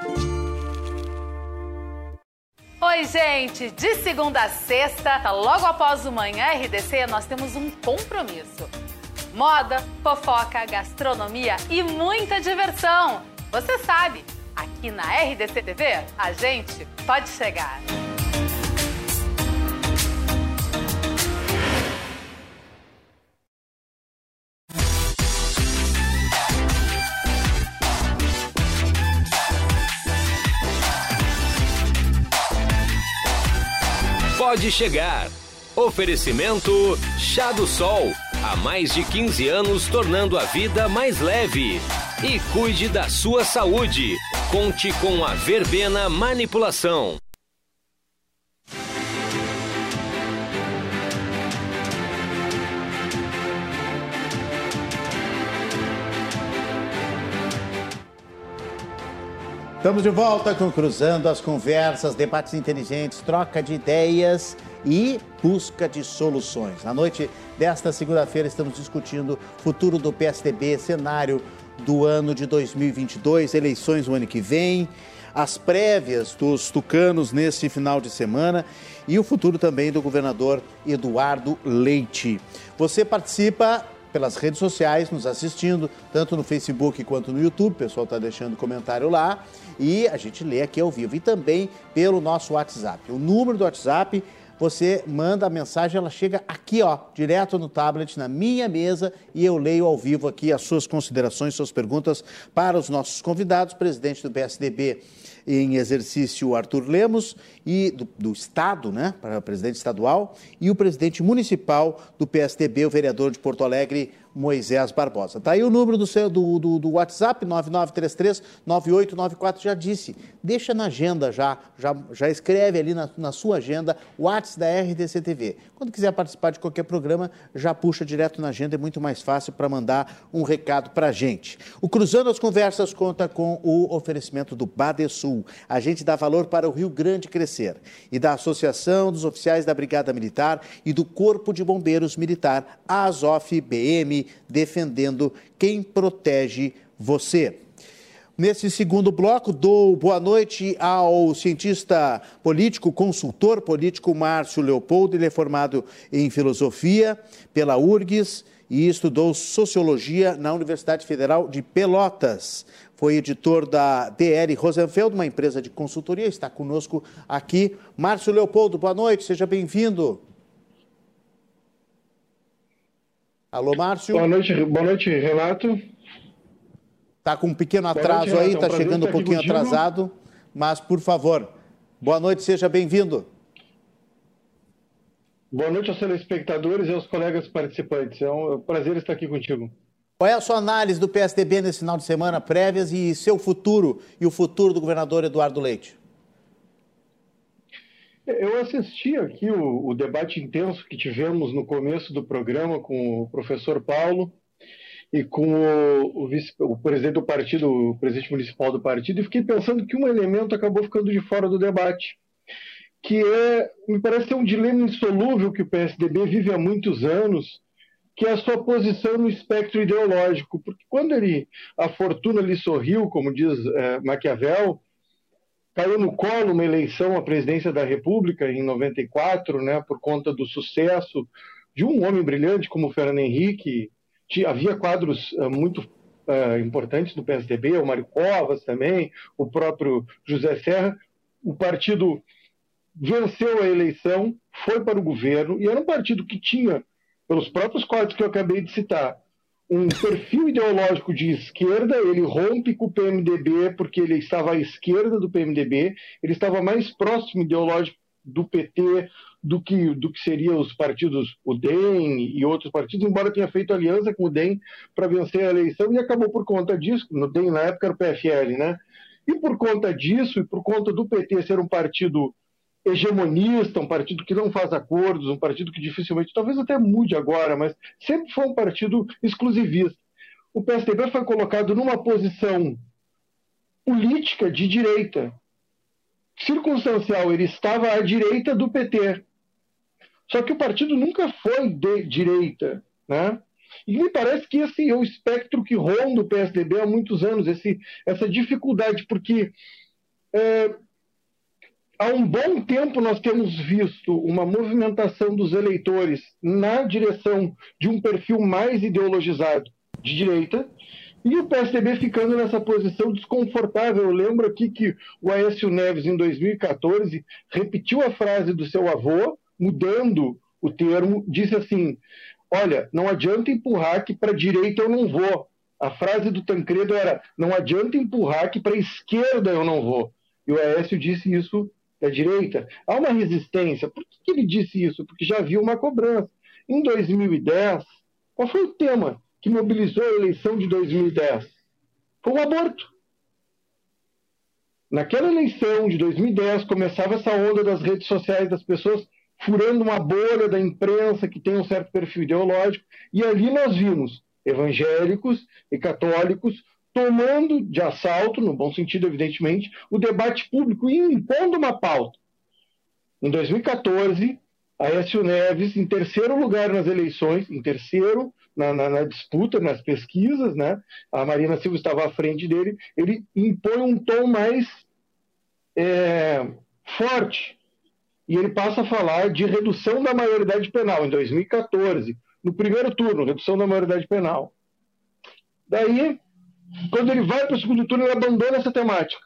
Oi, gente! De segunda a sexta, logo após o Manhã R D C, nós temos um compromisso. Moda, fofoca, gastronomia e muita diversão. Você sabe, aqui na R D C T V, a gente pode chegar. Pode chegar. Oferecimento Chá do Sol. Há mais de quinze anos tornando a vida mais leve. E cuide da sua saúde. Conte com a Verbena Manipulação. Estamos de volta com Cruzando as Conversas, debates inteligentes, troca de ideias e busca de soluções. Na noite desta segunda-feira estamos discutindo o futuro do P S D B, cenário do ano de dois mil e vinte e dois, eleições no ano que vem. as prévias dos tucanos neste final de semana e o futuro também do governador Eduardo Leite. Você participa pelas redes sociais, nos assistindo, tanto no Facebook quanto no YouTube, o pessoal está deixando comentário lá, e a gente lê aqui ao vivo, e também pelo nosso WhatsApp. O número do WhatsApp, você manda a mensagem, ela chega aqui, ó, direto no tablet, na minha mesa, e eu leio ao vivo aqui as suas considerações, suas perguntas para os nossos convidados, presidente do P S D B em exercício, Arthur Lemos, e do, do Estado, né, para o presidente estadual, e o presidente municipal do P S D B, o vereador de Porto Alegre, Moisés Barbosa. Está aí o número do, seu, do, do, do WhatsApp, nove nove três três, nove oito nove quatro, já disse. Deixa na agenda já, já, já escreve ali na, na sua agenda o WhatsApp da R D C T V. Quando quiser participar de qualquer programa, já puxa direto na agenda, é muito mais fácil para mandar um recado para a gente. O Cruzando as Conversas conta com o oferecimento do Badesul. A gente dá valor para o Rio Grande crescer. E da Associação dos Oficiais da Brigada Militar e do Corpo de Bombeiros Militar, a Azof B M, defendendo quem protege você. Nesse segundo bloco, dou boa noite ao cientista político, consultor político Márcio Leopoldo. Ele é formado em filosofia pela U R G S e estudou sociologia na Universidade Federal de Pelotas. Foi editor da D L Rosenfeld, uma empresa de consultoria, está conosco aqui. Márcio Leopoldo, boa noite, seja bem-vindo. Alô, Márcio. Boa noite, boa noite, Renato. Está com um pequeno atraso aí, está chegando um pouquinho atrasado, mas, por favor, boa noite, seja bem-vindo. Boa noite aos telespectadores e aos colegas participantes. É um prazer estar aqui contigo. Qual é a sua análise do P S D B nesse final de semana, prévias, e seu futuro e o futuro do governador Eduardo Leite? Eu assisti aqui o, o debate intenso que tivemos no começo do programa com o professor Paulo e com o, o, vice, o presidente do partido, o presidente municipal do partido, e fiquei pensando que um elemento acabou ficando de fora do debate, que é, me parece ser um dilema insolúvel que o P S D B vive há muitos anos, que é a sua posição no espectro ideológico. Porque quando ele, a fortuna lhe sorriu, como diz é, Maquiavel, caiu no colo uma eleição à presidência da República em noventa e quatro, né, por conta do sucesso de um homem brilhante como Fernando Henrique. Tinha, havia quadros uh, muito uh, importantes do P S D B, o Mário Covas também, o próprio José Serra. O partido venceu a eleição, foi para o governo, e era um partido que tinha, pelos próprios quadros que eu acabei de citar, um perfil ideológico de esquerda. Ele rompe com o P M D B porque ele estava à esquerda do P M D B, ele estava mais próximo ideológico do P T do que, do que seriam os partidos, o D E M e outros partidos, embora tenha feito aliança com o D E M para vencer a eleição, e acabou por conta disso, no D E M na época era o P F L, né? E por conta disso, e por conta do P T ser um partido hegemonista, um partido que não faz acordos, um partido que dificilmente, talvez até mude agora, mas sempre foi um partido exclusivista. O P S D B foi colocado numa posição política de direita. Circunstancial, ele estava à direita do P T. Só que o partido nunca foi de direita, né? E me parece que esse é o espectro que ronda o P S D B há muitos anos, esse, essa dificuldade, porque é, há um bom tempo nós temos visto uma movimentação dos eleitores na direção de um perfil mais ideologizado de direita, e o P S D B ficando nessa posição desconfortável. Eu lembro aqui que o Aécio Neves, em dois mil e quatorze, repetiu a frase do seu avô, mudando o termo, disse assim: olha, não adianta empurrar que para a direita eu não vou. A frase do Tancredo era: não adianta empurrar que para a esquerda eu não vou. E o Aécio disse isso da direita. Há uma resistência. Por que, que ele disse isso? Porque já havia uma cobrança. Em dois mil e dez, qual foi o tema que mobilizou a eleição de dois mil e dez? Foi o aborto. Naquela eleição de dois mil e dez, começava essa onda das redes sociais, das pessoas furando uma bolha da imprensa que tem um certo perfil ideológico, e ali nós vimos evangélicos e católicos tomando de assalto, no bom sentido, evidentemente, o debate público e impondo uma pauta. Em dois mil e quatorze, Aécio Neves, em terceiro lugar nas eleições, em terceiro na, na, na disputa, nas pesquisas, né? A Marina Silva estava à frente dele, ele impõe um tom mais é, forte. E ele passa a falar de redução da maioridade penal em dois mil e quatorze, no primeiro turno, redução da maioridade penal. Daí, quando ele vai para o segundo turno, ele abandona essa temática.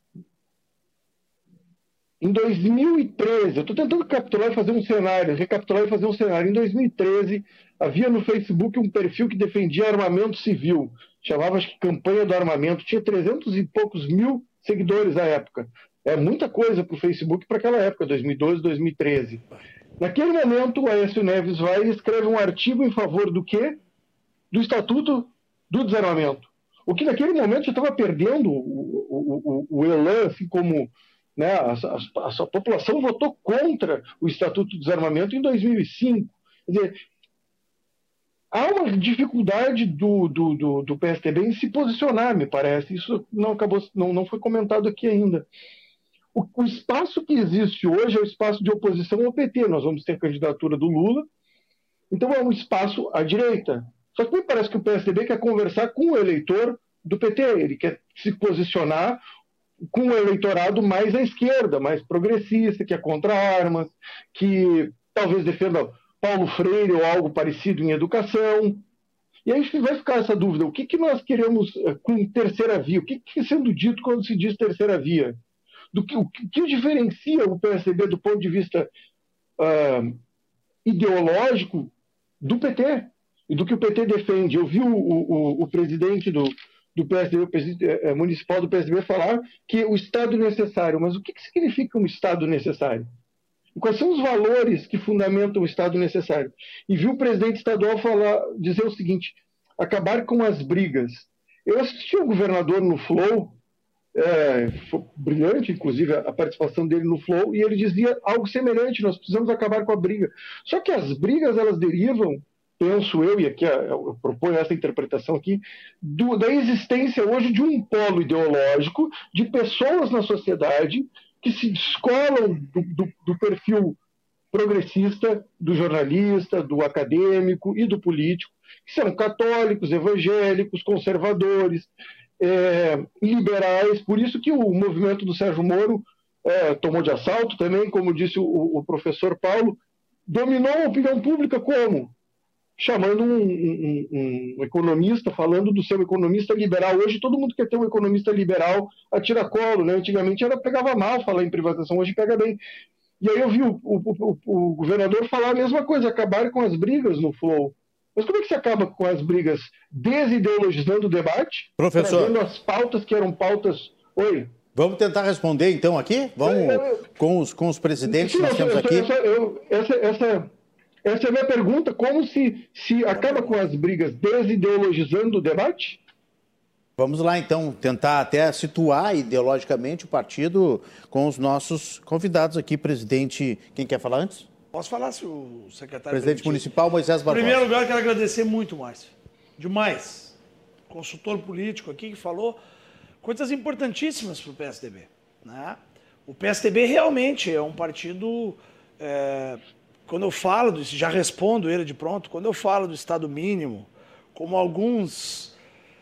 Em dois mil e treze, eu estou tentando capturar e fazer um cenário, recapitular e fazer um cenário. Em dois mil e treze, havia no Facebook um perfil que defendia armamento civil. Chamava, acho que, Campanha do Armamento. Tinha trezentos e poucos mil seguidores à época. É muita coisa para o Facebook para aquela época, dois mil e doze, dois mil e treze. Naquele momento, o Aécio Neves vai e escreve um artigo em favor do quê? Do Estatuto do Desarmamento. O que naquele momento já estava perdendo o, o, o, o elan, assim como... Né, a, a, a população votou contra o Estatuto do Desarmamento em dois mil e cinco. Quer dizer, há uma dificuldade do, do, do, do P S D B em se posicionar, me parece. Isso não, acabou, não, não foi comentado aqui ainda. O, o espaço que existe hoje é o espaço de oposição ao P T. Nós vamos ter a candidatura do Lula, então é um espaço à direita. Só que me parece que o P S D B quer conversar com o eleitor do P T, ele quer se posicionar com o eleitorado mais à esquerda, mais progressista, que é contra armas, que talvez defenda Paulo Freire ou algo parecido em educação. E aí vai ficar essa dúvida, o que, que nós queremos com terceira via? O que, que é sendo dito quando se diz terceira via? Do que, o que diferencia o P S D B do ponto de vista uh, ideológico do P T e do que o P T defende? Eu vi o, o, o presidente do do P S D B, o presidente eh, municipal do P S D B falar que o Estado necessário, mas o que, que significa um Estado necessário? E quais são os valores que fundamentam o Estado necessário? E viu o presidente estadual falar, dizer o seguinte, acabar com as brigas. Eu assisti ao governador no Flow, é, foi brilhante, inclusive, a participação dele no Flow, e ele dizia algo semelhante, nós precisamos acabar com a briga. Só que as brigas, elas derivam, penso eu, e aqui eu proponho essa interpretação aqui, do, da existência hoje de um polo ideológico de pessoas na sociedade que se descolam do, do, do perfil progressista, do jornalista, do acadêmico e do político, que são católicos, evangélicos, conservadores, é, liberais. Por isso que o movimento do Sérgio Moro é, tomou de assalto também, como disse o, o professor Paulo, dominou a opinião pública como? Chamando um, um, um economista, falando do seu economista liberal. Hoje todo mundo quer ter um economista liberal a tiracolo, né? Antigamente era, pegava mal falar em privatização, hoje pega bem. E aí eu vi o, o, o, o governador falar a mesma coisa, acabar com as brigas no Flow. Mas como é que se acaba com as brigas? Desideologizando o debate? Professor. Trazendo as pautas que eram pautas... Oi? Vamos tentar responder então aqui? Vamos eu, eu, eu... Com, os, com os presidentes que nós temos aqui. Essa, eu, essa, essa... Essa é a minha pergunta, como se, se acaba com as brigas desideologizando o debate? Vamos lá, então, tentar até situar ideologicamente o partido com os nossos convidados aqui. Presidente, quem quer falar antes? Posso falar, se o secretário... Presidente permitir. Municipal, Moisés Barbosa. Em primeiro lugar, quero agradecer muito, Márcio. Demais. Consultor político aqui que falou coisas importantíssimas para o P S D B. Né? O P S D B realmente é um partido... É... Quando eu falo disso, já respondo ele de pronto, quando eu falo do Estado mínimo, como alguns...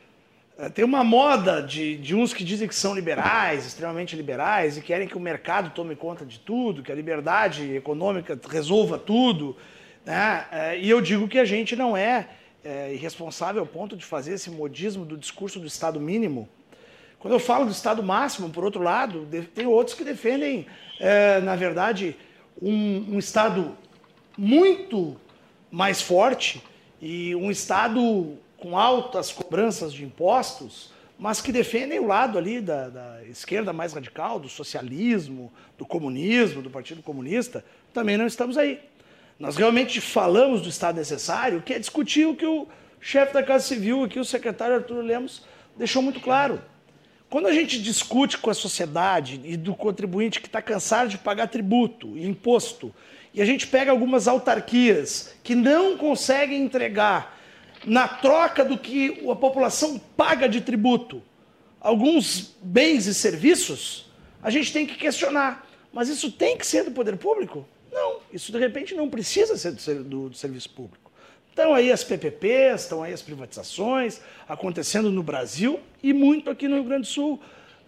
Tem uma moda de, de uns que dizem que são liberais, extremamente liberais, e querem que o mercado tome conta de tudo, que a liberdade econômica resolva tudo, né? E eu digo que a gente não é, é irresponsável ao ponto de fazer esse modismo do discurso do Estado mínimo. Quando eu falo do Estado máximo, por outro lado, tem outros que defendem, é, na verdade, um, um Estado muito mais forte e um Estado com altas cobranças de impostos, mas que defendem o lado ali da, da esquerda mais radical, do socialismo, do comunismo, do Partido Comunista. Também não estamos aí. Nós realmente falamos do Estado necessário, que é discutir o que o chefe da Casa Civil, aqui o secretário Arthur Lemos, deixou muito claro. Quando a gente discute com a sociedade e do contribuinte que está cansado de pagar tributo e imposto, e a gente pega algumas autarquias que não conseguem entregar, na troca do que a população paga de tributo, alguns bens e serviços, a gente tem que questionar. Mas isso tem que ser do poder público? Não, isso de repente não precisa ser do, do, do serviço público. Estão aí as P P Ps, estão aí as privatizações acontecendo no Brasil e muito aqui no Rio Grande do Sul.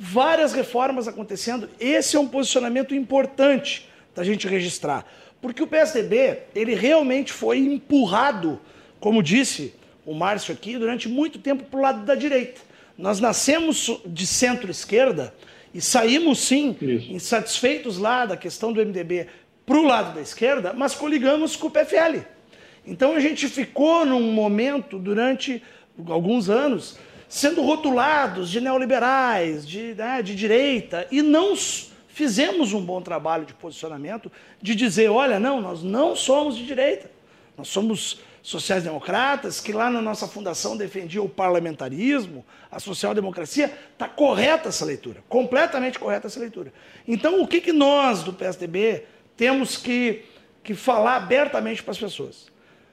várias reformas acontecendo. Esse é um posicionamento importante da gente registrar, porque o P S D B, ele realmente foi empurrado, como disse o Márcio aqui, durante muito tempo para o lado da direita. Nós nascemos de centro-esquerda e saímos, sim, Isso. insatisfeitos lá da questão do M D B para o lado da esquerda, mas coligamos com o P F L. Então a gente ficou num momento, durante alguns anos, sendo rotulados de neoliberais, de, né, de direita, e não fizemos um bom trabalho de posicionamento, de dizer, olha, não, nós não somos de direita, nós somos sociais-democratas, que lá na nossa fundação defendia o parlamentarismo, a social-democracia. Está correta essa leitura, completamente correta essa leitura. Então, o que, que nós, do P S D B, temos que, que falar abertamente para as pessoas?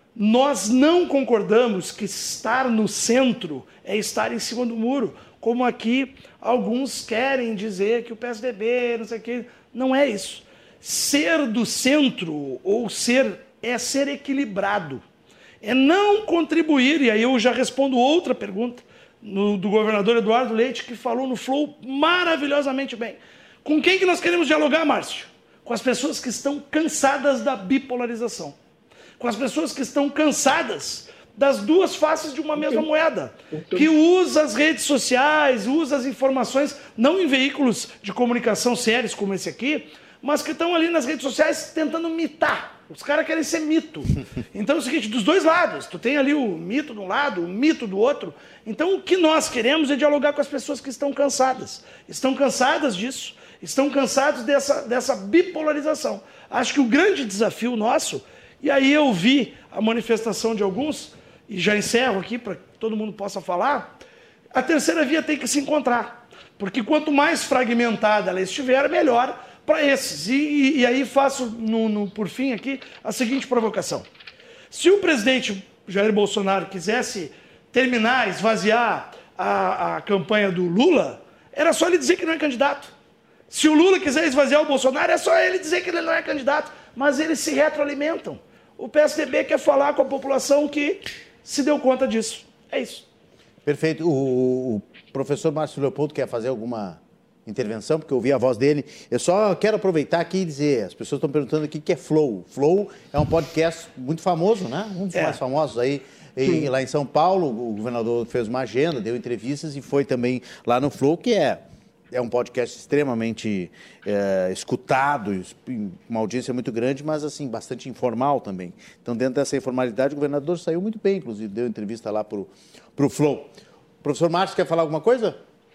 Nós não concordamos que estar no centro é estar em cima do muro, como aqui alguns querem dizer que o P S D B, não sei o quê. Não é isso. Ser do centro ou ser é ser equilibrado. É não contribuir, e aí eu já respondo outra pergunta no, do governador Eduardo Leite, que falou no Flow maravilhosamente bem. Com quem que nós queremos dialogar, Márcio? Com as pessoas que estão cansadas da bipolarização. Com as pessoas que estão cansadas das duas faces de uma mesma moeda, que usa as redes sociais, usa as informações, não em veículos de comunicação sérios como esse aqui, mas que estão ali nas redes sociais tentando mitar. Os caras querem ser mito. Então é o seguinte, dos dois lados, tu tem ali o mito de um lado, o mito do outro. Então o que nós queremos é dialogar com as pessoas que estão cansadas. Estão cansadas disso, estão cansados dessa, dessa bipolarização. Acho que o grande desafio nosso, e aí eu vi a manifestação de alguns, e já encerro aqui para que todo mundo possa falar, a terceira via tem que se encontrar. Porque quanto mais fragmentada ela estiver, melhor para esses. E, e, e aí faço, no, no, por fim aqui, a seguinte provocação. Se o presidente Jair Bolsonaro quisesse terminar, esvaziar a, a campanha do Lula, era só ele dizer que não é candidato. Se o Lula quiser esvaziar o Bolsonaro, é só ele dizer que ele não é candidato. Mas eles se retroalimentam. O P S D B quer falar com a população que se deu conta disso. É isso. Perfeito. O, o professor Márcio Leopoldo quer fazer alguma intervenção, porque eu ouvi a voz dele. Eu só quero aproveitar aqui e dizer, as pessoas estão perguntando aqui o que é Flow. Flow é um podcast muito famoso, né? Um dos é. mais famosos aí, e, lá em São Paulo. O governador fez uma agenda, deu entrevistas e foi também lá no Flow, que é, é um podcast extremamente é, escutado, uma audiência muito grande, mas assim, bastante informal também. Então, dentro dessa informalidade, o governador saiu muito bem, inclusive, deu entrevista lá para o Flow. Professor Márcio, quer falar alguma coisa?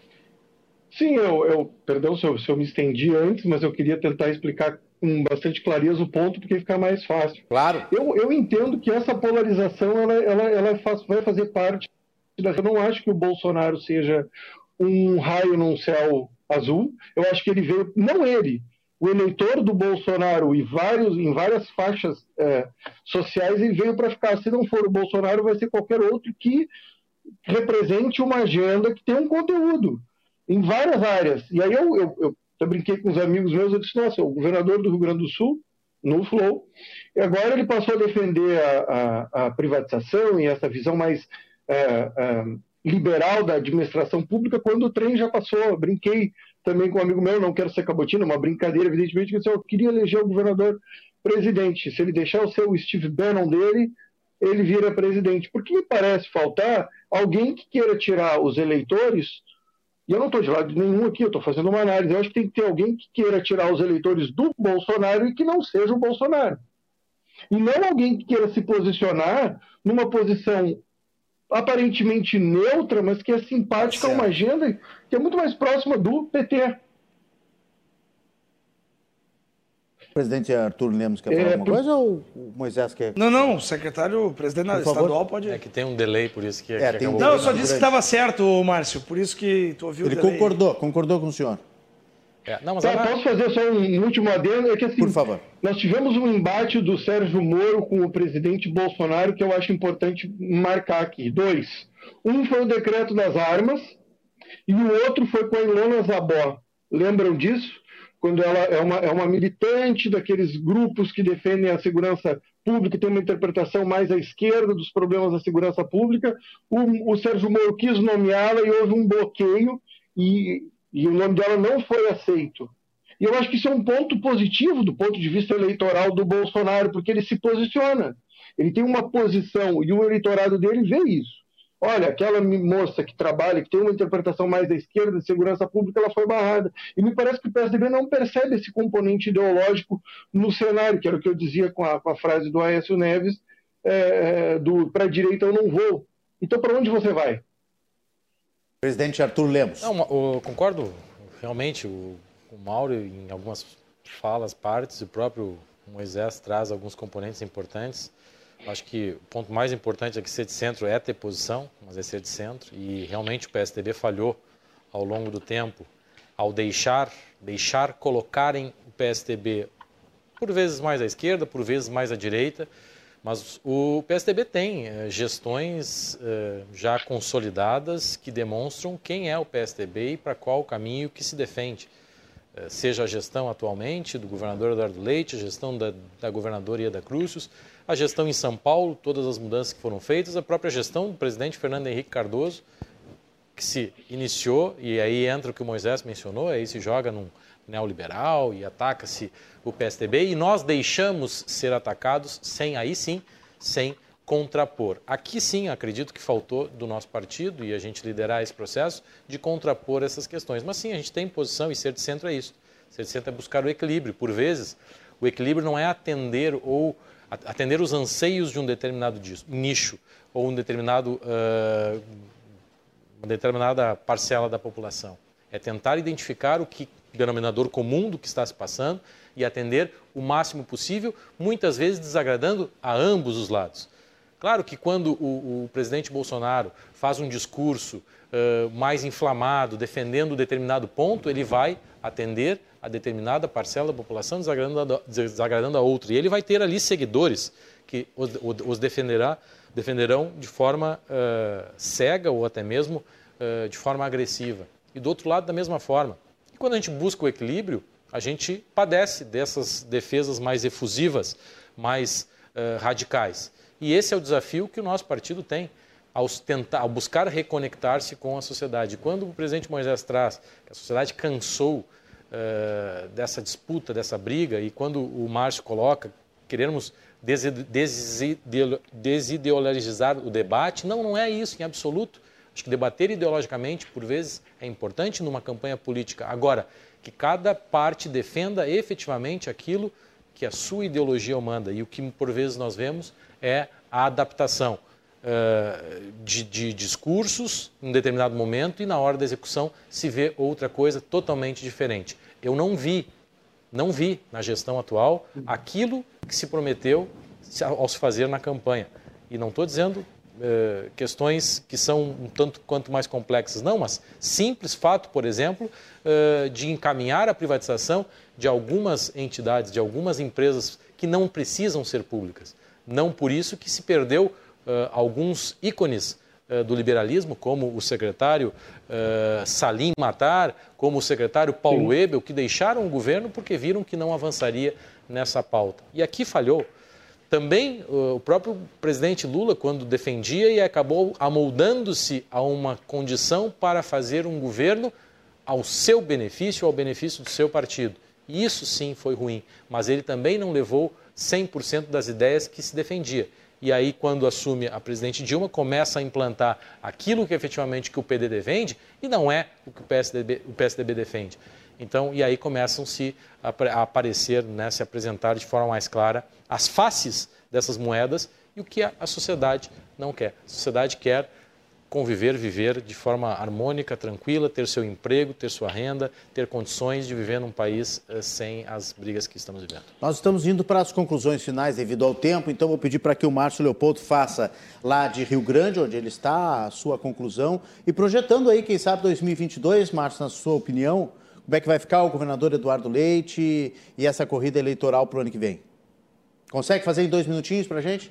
Sim, eu, eu perdão se eu, se eu me estendi antes, mas eu queria tentar explicar com bastante clareza o ponto, porque fica mais fácil. Claro. Eu, eu entendo que essa polarização ela, ela, ela faz, vai fazer parte da... Eu não acho que o Bolsonaro seja um raio num céu azul. Eu acho que ele veio... Não ele. O eleitor do Bolsonaro e vários, em várias faixas é, sociais, ele veio para ficar. Se não for o Bolsonaro, vai ser qualquer outro que represente uma agenda que tem um conteúdo em várias áreas. E aí eu, eu, eu, eu brinquei com os amigos meus, eu disse, nossa, o governador do Rio Grande do Sul, no Flow, e agora ele passou a defender a, a, a privatização e essa visão mais é, é, liberal da administração pública, quando o trem já passou. Eu brinquei também com um amigo meu, não quero ser cabotina, uma brincadeira, evidentemente, que eu, disse, eu queria eleger o governador presidente. Se ele deixar o seu Steve Bannon dele, ele vira presidente. Porque me parece faltar alguém que queira tirar os eleitores. E eu não estou de lado nenhum aqui, eu estou fazendo uma análise. Eu acho que tem que ter alguém que queira tirar os eleitores do Bolsonaro e que não seja o Bolsonaro. E não alguém que queira se posicionar numa posição aparentemente neutra, mas que é simpática a uma agenda que é muito mais próxima do P T. O presidente Arthur Lemos quer falar é, alguma por... coisa ou o Moisés quer? Não, não, o secretário, o presidente por estadual favor. Pode... É que tem um delay, por isso que, é, que tem acabou. Um não, eu só disse que estava certo, Márcio, por isso que tu ouviu Ele o delay. Ele concordou, concordou com o senhor. É, não, mas tá, ela... Posso fazer só um último adendo? É que, assim, por favor. Nós tivemos um embate do Sérgio Moro com o presidente Bolsonaro que eu acho importante marcar aqui. Dois. Um foi o decreto das armas e o outro foi com a Ilona Zabó. Lembram disso? Quando ela é uma, é uma militante daqueles grupos que defendem a segurança pública, tem uma interpretação mais à esquerda dos problemas da segurança pública, o, o Sérgio Moro quis nomeá-la e houve um bloqueio, e e o nome dela não foi aceito. E eu acho que isso é um ponto positivo do ponto de vista eleitoral do Bolsonaro, porque ele se posiciona. Ele tem uma posição e o eleitorado dele vê isso. Olha, aquela moça que trabalha, que tem uma interpretação mais da esquerda de segurança pública, ela foi barrada. E me parece que o P S D B não percebe esse componente ideológico no cenário, que era o que eu dizia com a, com a frase do Aécio Neves, é, do para a direita eu não vou. Então, para onde você vai? Presidente Arthur Lemos. Não, eu concordo, realmente, o, o Mauro, em algumas falas, partes, o próprio Moisés traz alguns componentes importantes. Acho que o ponto mais importante aqui ser de centro é ter posição, mas é ser de centro. E realmente o P S D B falhou ao longo do tempo ao deixar, deixar colocarem o P S D B por vezes mais à esquerda, por vezes mais à direita. Mas o P S D B tem eh, gestões eh, já consolidadas que demonstram quem é o P S D B e para qual caminho que se defende. Eh, seja a gestão atualmente do governador Eduardo Leite, a gestão da, da governadora Ieda Crucius, a gestão em São Paulo, todas as mudanças que foram feitas, a própria gestão do presidente Fernando Henrique Cardoso, que se iniciou, e aí entra o que o Moisés mencionou, aí se joga num neoliberal e ataca-se o P S D B, e nós deixamos ser atacados sem, aí sim, sem contrapor. Aqui sim, acredito que faltou do nosso partido, e a gente liderar esse processo, de contrapor essas questões. Mas sim, a gente tem posição, e ser de centro é isso. Ser de centro é buscar o equilíbrio. Por vezes, o equilíbrio não é atender ou atender os anseios de um determinado nicho ou um determinado, uh, uma determinada parcela da população. É tentar identificar o que denominador comum do que está se passando e atender o máximo possível, muitas vezes desagradando a ambos os lados. Claro que quando o, o presidente Bolsonaro faz um discurso uh, mais inflamado, defendendo determinado ponto, ele vai atender a determinada parcela da população, desagradando a, desagradando a outra. E ele vai ter ali seguidores que os, os defenderá, defenderão de forma uh, cega ou até mesmo uh, de forma agressiva. E do outro lado, da mesma forma. E quando a gente busca o equilíbrio, a gente padece dessas defesas mais efusivas, mais uh, radicais. E esse é o desafio que o nosso partido tem ao, tentar, ao buscar reconectar-se com a sociedade. Quando o presidente Moisés traz que a sociedade cansou uh, dessa disputa, dessa briga, e quando o Márcio coloca, queremos desideologizar o debate, não, não é isso em absoluto. Acho que debater ideologicamente, por vezes, é importante numa campanha política. Agora, que cada parte defenda efetivamente aquilo que a sua ideologia manda. E o que, por vezes, nós vemos é a adaptação uh, de, de discursos em um determinado momento e, na hora da execução, se vê outra coisa totalmente diferente. Eu não vi, não vi na gestão atual aquilo que se prometeu ao se fazer na campanha. E não estou dizendo Uh, questões que são um tanto quanto mais complexas, não, mas simples fato, por exemplo, uh, de encaminhar a privatização de algumas entidades, de algumas empresas que não precisam ser públicas. Não por isso que se perdeu uh, alguns ícones uh, do liberalismo, como o secretário uh, Salim Matar, como o secretário Paulo Webel, que deixaram o governo porque viram que não avançaria nessa pauta. E aqui falhou. Também o próprio presidente Lula, quando defendia e acabou amoldando-se a uma condição para fazer um governo ao seu benefício, ao benefício do seu partido. E isso sim foi ruim, mas ele também não levou cem por cento das ideias que se defendia. E aí, quando assume a presidente Dilma, começa a implantar aquilo que efetivamente que o P D D defende e não é o que o P S D B, o P S D B defende. Então, e aí começam-se a aparecer, né, se apresentar de forma mais clara as faces dessas moedas e o que a, a sociedade não quer. A sociedade quer conviver, viver de forma harmônica, tranquila, ter seu emprego, ter sua renda, ter condições de viver num país uh, sem as brigas que estamos vivendo. Nós estamos indo para as conclusões finais devido ao tempo, então vou pedir para que o Márcio Leopoldo faça lá de Rio Grande, onde ele está, a sua conclusão, e projetando aí, quem sabe, dois mil e vinte e dois, Márcio, na sua opinião, como é que vai ficar o governador Eduardo Leite e essa corrida eleitoral para o ano que vem? Consegue fazer em dois minutinhos para a gente?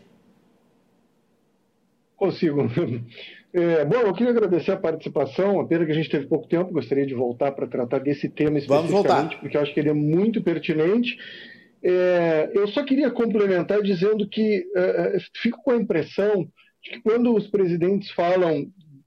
Consigo. É, bom, eu queria agradecer a participação, a pena que a gente teve pouco tempo, gostaria de voltar para tratar desse tema especificamente, porque eu acho que ele é muito pertinente. É, eu só queria complementar dizendo que é, fico com a impressão de que quando os presidentes falam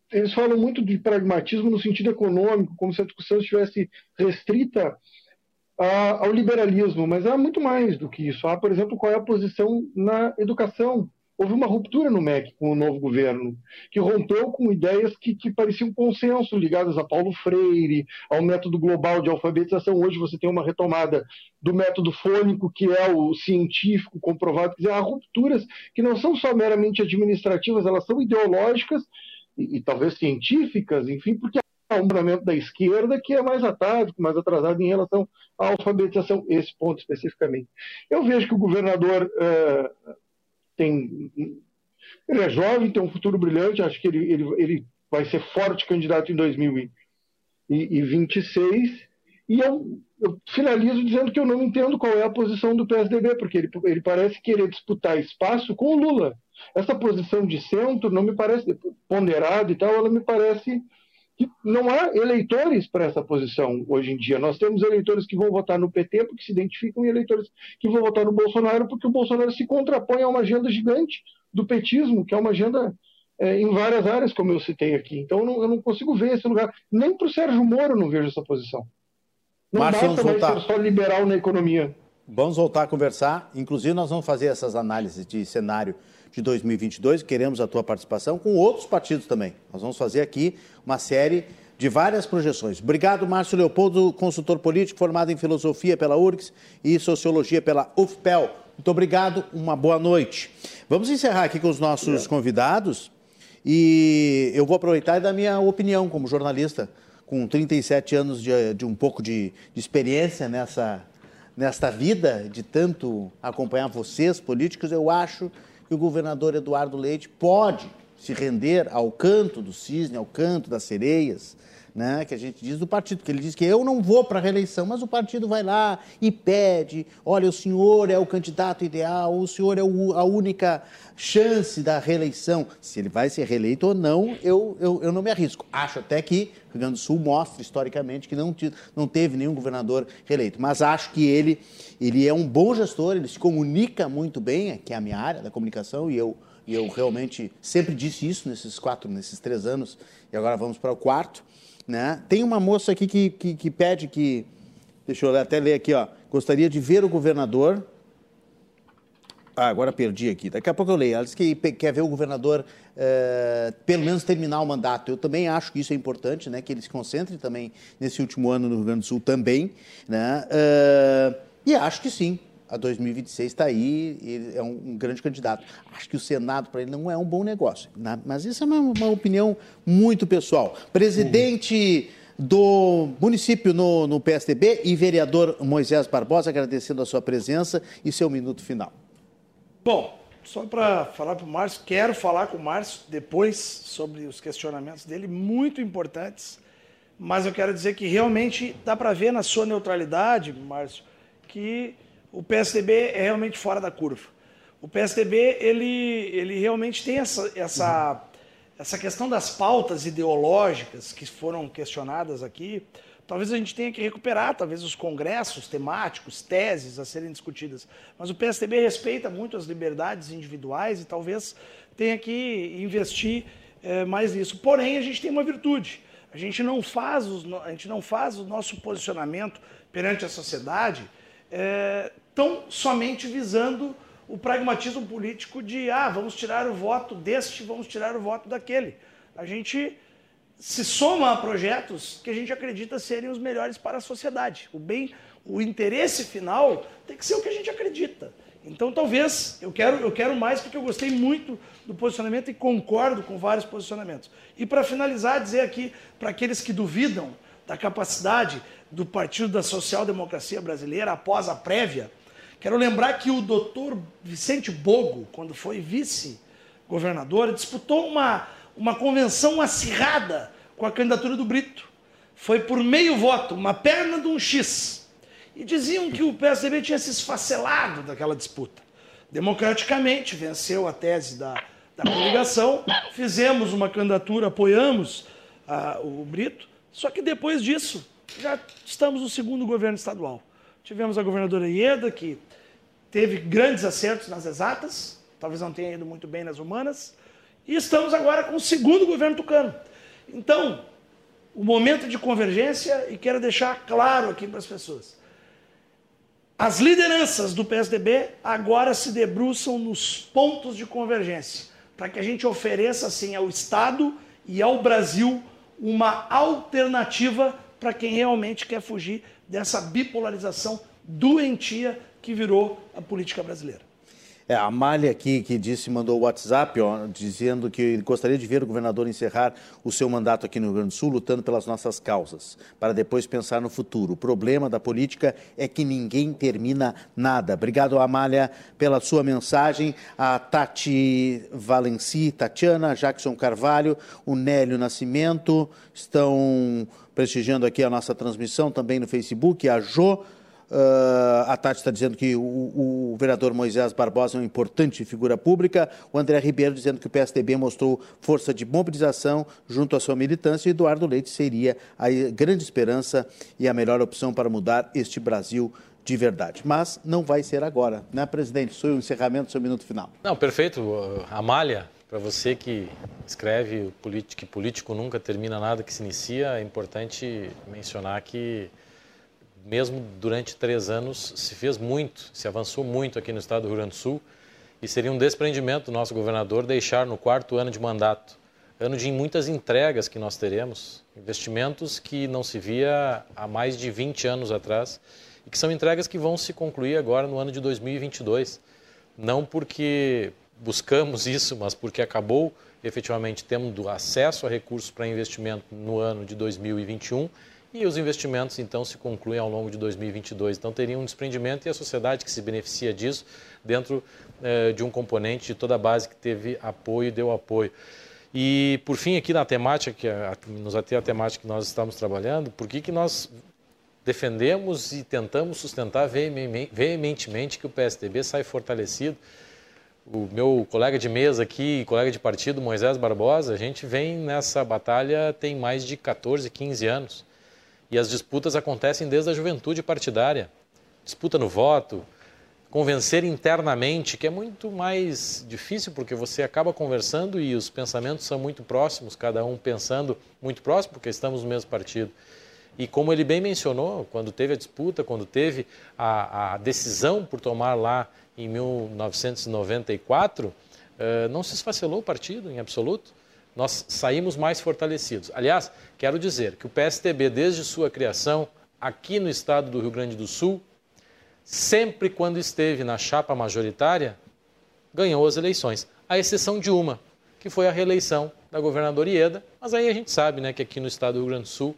eles falam muito de pragmatismo no sentido econômico, como se a discussão estivesse restrita a, ao liberalismo, mas há muito mais do que isso. Há, por exemplo, qual é a posição na educação. Houve uma ruptura no M E C com o novo governo, que rompeu com ideias que, que pareciam consenso, ligadas a Paulo Freire, ao método global de alfabetização. Hoje você tem uma retomada do método fônico, que é o científico comprovado. Quer dizer, há rupturas que não são só meramente administrativas, elas são ideológicas e, e talvez científicas, enfim, porque há um movimento da esquerda que é mais atávico, mais atrasado em relação à alfabetização, esse ponto especificamente. Eu vejo que o governador... Uh, Tem, ele é jovem, tem um futuro brilhante, acho que ele, ele, ele vai ser forte candidato em dois mil e vinte e seis, e eu, eu finalizo dizendo que eu não entendo qual é a posição do P S D B, porque ele, ele parece querer disputar espaço com o Lula. Essa posição de centro não me parece ponderada e tal, ela me parece que não há eleitores para essa posição hoje em dia. Nós temos eleitores que vão votar no P T porque se identificam e eleitores que vão votar no Bolsonaro porque o Bolsonaro se contrapõe a uma agenda gigante do petismo, que é uma agenda é, em várias áreas, como eu citei aqui. Então eu não, eu não consigo ver esse lugar. Nem para o Sérgio Moro eu não vejo essa posição. Não Márcio, basta mais ser só liberal na economia. Vamos voltar a conversar. Inclusive, nós vamos fazer essas análises de cenário de dois mil e vinte e dois. Queremos a tua participação com outros partidos também. Nós vamos fazer aqui uma série de várias projeções. Obrigado, Márcio Leopoldo, consultor político formado em filosofia pela U R G S e sociologia pela U F P E L. Muito obrigado, uma boa noite. Vamos encerrar aqui com os nossos convidados e eu vou aproveitar e dar minha opinião como jornalista, com trinta e sete anos de, de um pouco de, de experiência nessa, nesta vida, de tanto acompanhar vocês, políticos. Eu acho que o governador Eduardo Leite pode se render ao canto do cisne, ao canto das sereias, né, que a gente diz do partido, porque ele diz que eu não vou para a reeleição, mas o partido vai lá e pede, olha, o senhor é o candidato ideal, o senhor é o, a única chance da reeleição. Se ele vai ser reeleito ou não, eu, eu, eu não me arrisco. Acho até que o Rio Grande do Sul mostra historicamente que não, não teve nenhum governador reeleito, mas acho que ele, ele é um bom gestor, ele se comunica muito bem, que é a minha área da comunicação, e eu, e eu realmente sempre disse isso nesses quatro, nesses três anos, e agora vamos para o quarto. Né? Tem uma moça aqui que, que, que pede que, deixa eu até ler aqui, ó, gostaria de ver o governador, ah, agora perdi aqui, daqui a pouco eu leio, ela diz que quer ver o governador eh, pelo menos terminar o mandato. Eu também acho que isso é importante, né, que ele se concentre também nesse último ano no Rio Grande do Sul também, né, uh, e acho que sim. A dois mil e vinte e seis está aí, ele é um, um grande candidato. Acho que o Senado para ele não é um bom negócio, né? Mas isso é uma, uma opinião muito pessoal. Presidente do município no, no P S D B e vereador Moisés Barbosa, agradecendo a sua presença e seu minuto final. Bom, só para falar para o Márcio, quero falar com o Márcio depois sobre os questionamentos dele, muito importantes, mas eu quero dizer que realmente dá para ver na sua neutralidade, Márcio, que o P S D B é realmente fora da curva. O P S D B, ele, ele realmente tem essa, essa, essa questão das pautas ideológicas que foram questionadas aqui. Talvez a gente tenha que recuperar, talvez, os congressos temáticos, teses a serem discutidas. Mas o P S D B respeita muito as liberdades individuais e talvez tenha que investir é, mais nisso. Porém, a gente tem uma virtude. A gente não faz, os, a gente não faz o nosso posicionamento perante a sociedade é, tão somente visando o pragmatismo político de, ah, vamos tirar o voto deste, vamos tirar o voto daquele. A gente se soma a projetos que a gente acredita serem os melhores para a sociedade. O bem, o interesse final tem que ser o que a gente acredita. Então, talvez, eu quero, eu quero mais porque eu gostei muito do posicionamento e concordo com vários posicionamentos. E, para finalizar, dizer aqui, para aqueles que duvidam da capacidade do Partido da Social Democracia Brasileira após a prévia, quero lembrar que o doutor Vicente Bogo, quando foi vice-governador, disputou uma, uma convenção acirrada com a candidatura do Brito. Foi por meio voto, uma perna de um X. E diziam que o P S D B tinha se esfacelado daquela disputa. Democraticamente, venceu a tese da, da coligação, fizemos uma candidatura, apoiamos a, o Brito, só que depois disso, já estamos no segundo governo estadual. Tivemos a governadora Ieda, que teve grandes acertos nas exatas, talvez não tenha ido muito bem nas humanas, e estamos agora com o segundo governo tucano. Então, o momento de convergência, e quero deixar claro aqui para as pessoas, as lideranças do P S D B agora se debruçam nos pontos de convergência, para que a gente ofereça, assim, ao Estado e ao Brasil uma alternativa para quem realmente quer fugir dessa bipolarização doentia que virou a política brasileira. É, a Amália aqui, que disse, mandou o WhatsApp, ó, dizendo que gostaria de ver o governador encerrar o seu mandato aqui no Rio Grande do Sul, lutando pelas nossas causas, para depois pensar no futuro. O problema da política é que ninguém termina nada. Obrigado, Amália, pela sua mensagem. A Tati Valenci, Tatiana, Jackson Carvalho, o Nélio Nascimento estão prestigiando aqui a nossa transmissão, também no Facebook, a Jo. Uh, a Tati está dizendo que o, o vereador Moisés Barbosa é uma importante figura pública. O André Ribeiro dizendo que o P S D B mostrou força de mobilização junto à sua militância e Eduardo Leite seria a grande esperança e a melhor opção para mudar este Brasil de verdade. Mas não vai ser agora, né, presidente? Sou o encerramento do seu minuto final. Não, perfeito. Amália, para você que escreve que político nunca termina nada que se inicia, é importante mencionar que mesmo durante três anos, se fez muito, se avançou muito aqui no estado do Rio Grande do Sul e seria um desprendimento do nosso governador deixar no quarto ano de mandato, ano de muitas entregas que nós teremos, investimentos que não se via há mais de vinte anos atrás e que são entregas que vão se concluir agora no ano de dois mil e vinte e dois. Não porque buscamos isso, mas porque acabou efetivamente tendo acesso a recursos para investimento no ano de dois mil e vinte e um e os investimentos, então, se concluem ao longo de dois mil e vinte e dois. Então, teria um desprendimento e a sociedade que se beneficia disso dentro eh, de um componente de toda a base que teve apoio e deu apoio. E, por fim, aqui na temática, que a, nos até a temática que nós estamos trabalhando, por que que nós defendemos e tentamos sustentar veementemente que o P S D B sai fortalecido? O meu colega de mesa aqui, colega de partido, Moisés Barbosa, a gente vem nessa batalha tem mais de quatorze, quinze anos. E as disputas acontecem desde a juventude partidária. Disputa no voto, convencer internamente, que é muito mais difícil porque você acaba conversando e os pensamentos são muito próximos, cada um pensando muito próximo, porque estamos no mesmo partido. E como ele bem mencionou, quando teve a disputa, quando teve a, a decisão por tomar lá em mil novecentos e noventa e quatro, uh, não se esfacelou o partido em absoluto. Nós saímos mais fortalecidos. Aliás, quero dizer que o P S D B, desde sua criação, aqui no estado do Rio Grande do Sul, sempre quando esteve na chapa majoritária, ganhou as eleições, à exceção de uma, que foi a reeleição da governadora Ieda, mas aí a gente sabe, né, que aqui no estado do Rio Grande do Sul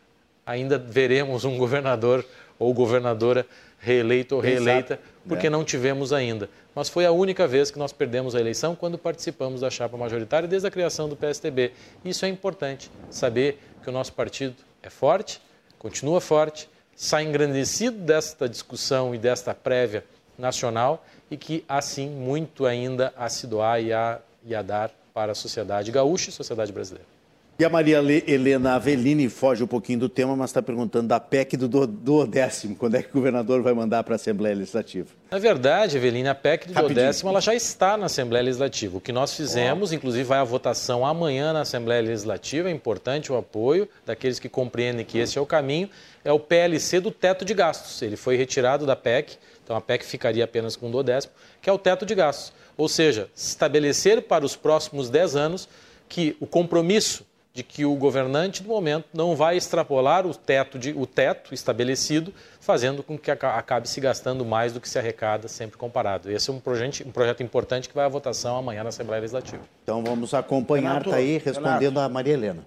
ainda veremos um governador ou governadora reeleito ou reeleita, Exato. porque é. não tivemos ainda. Mas foi a única vez que nós perdemos a eleição quando participamos da chapa majoritária desde a criação do P S D B. Isso é importante, saber que o nosso partido é forte, continua forte, sai engrandecido desta discussão e desta prévia nacional e que há sim muito ainda a se doar e a, e a dar para a sociedade gaúcha e a sociedade brasileira. E a Maria Helena Avelini foge um pouquinho do tema, mas está perguntando da P E C do duodécimo, quando é que o governador vai mandar para a Assembleia Legislativa? Na verdade, Avelini, a P E C do duodécimo ela já está na Assembleia Legislativa. O que nós fizemos, oh. inclusive vai à votação amanhã na Assembleia Legislativa, é importante o apoio daqueles que compreendem que esse é o caminho, é o P L C do teto de gastos. Ele foi retirado da P E C, então a P E C ficaria apenas com o duodécimo, que é o teto de gastos. Ou seja, estabelecer para os próximos dez anos que o compromisso de que o governante, no momento, não vai extrapolar o teto, de, o teto estabelecido, fazendo com que acabe se gastando mais do que se arrecada, sempre comparado. Esse é um projeto, um projeto importante que vai à votação amanhã na Assembleia Legislativa. Então vamos acompanhar, está aí, respondendo Renato, a Maria Helena.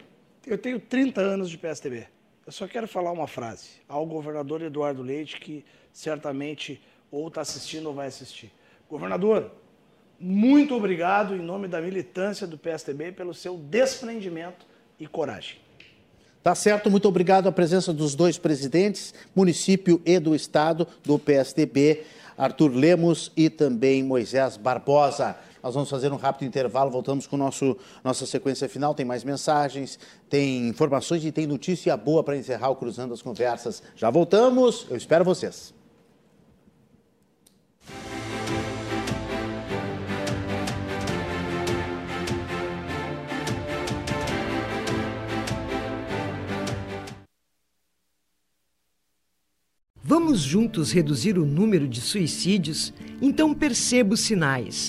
Eu tenho trinta anos de P S D B. Eu só quero falar uma frase ao governador Eduardo Leite, que certamente ou está assistindo ou vai assistir. Governador, muito obrigado em nome da militância do P S D B pelo seu desprendimento e coragem. Tá certo, muito obrigado à presença dos dois presidentes, município e do estado do P S D B, Arthur Lemos e também Moisés Barbosa. Nós vamos fazer um rápido intervalo, voltamos com nosso, nossa sequência final, tem mais mensagens, tem informações e tem notícia boa para encerrar o Cruzando as Conversas. Já voltamos, eu espero vocês. Vamos juntos reduzir o número de suicídios? Então perceba os sinais.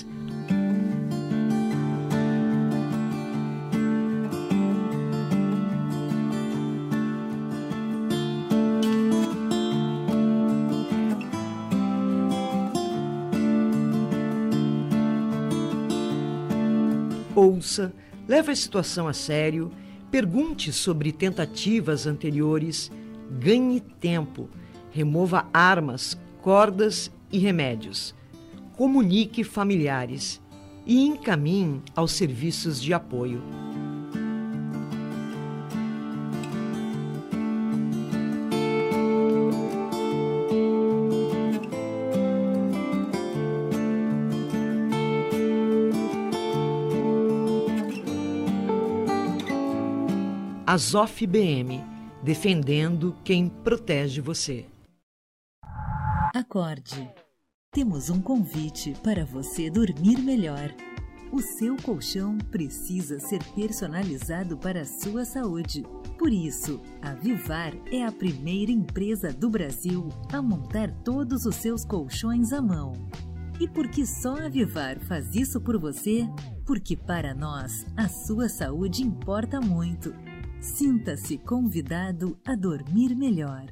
Ouça, leve a situação a sério, pergunte sobre tentativas anteriores, ganhe tempo, remova armas, cordas e remédios, comunique familiares e encaminhe aos serviços de apoio. Azof B M, defendendo quem protege você. Acorde. Temos um convite para você dormir melhor. O seu colchão precisa ser personalizado para a sua saúde. Por isso, a Vivar é a primeira empresa do Brasil a montar todos os seus colchões à mão. E por que só a Vivar faz isso por você? Porque para nós, a sua saúde importa muito. Sinta-se convidado a dormir melhor.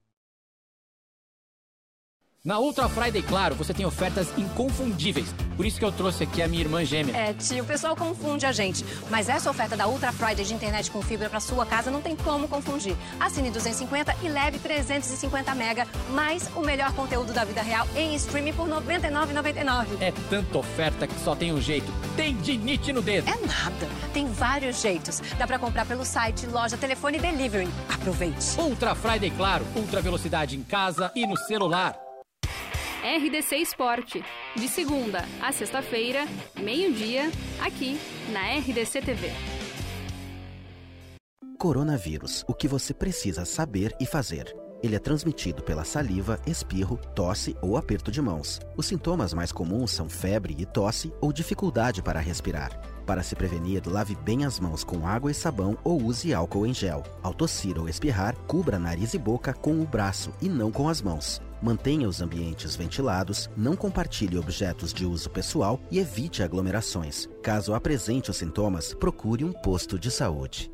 Na Ultra Friday, claro, você tem ofertas inconfundíveis. Por isso que eu trouxe aqui a minha irmã gêmea. É, tio, o pessoal confunde a gente. Mas essa oferta da Ultra Friday de internet com fibra para sua casa não tem como confundir. Assine duzentos e cinquenta e leve trezentos e cinquenta mega, mais o melhor conteúdo da vida real em streaming por noventa e nove reais e noventa e nove centavos. É tanta oferta que só tem um jeito. Tem dinite no dedo. É nada. Tem vários jeitos. Dá para comprar pelo site, loja, telefone e delivery. Aproveite. Ultra Friday, claro. Ultra velocidade em casa e no celular. R D C Esporte, de segunda a sexta-feira, meio-dia, aqui na R D C T V. Coronavírus, o que você precisa saber e fazer. Ele é transmitido pela saliva, espirro, tosse ou aperto de mãos. Os sintomas mais comuns são febre e tosse ou dificuldade para respirar. Para se prevenir, lave bem as mãos com água e sabão ou use álcool em gel. Ao tossir ou espirrar, cubra nariz e boca com o braço e não com as mãos. Mantenha os ambientes ventilados, não compartilhe objetos de uso pessoal e evite aglomerações. Caso apresente os sintomas, procure um posto de saúde.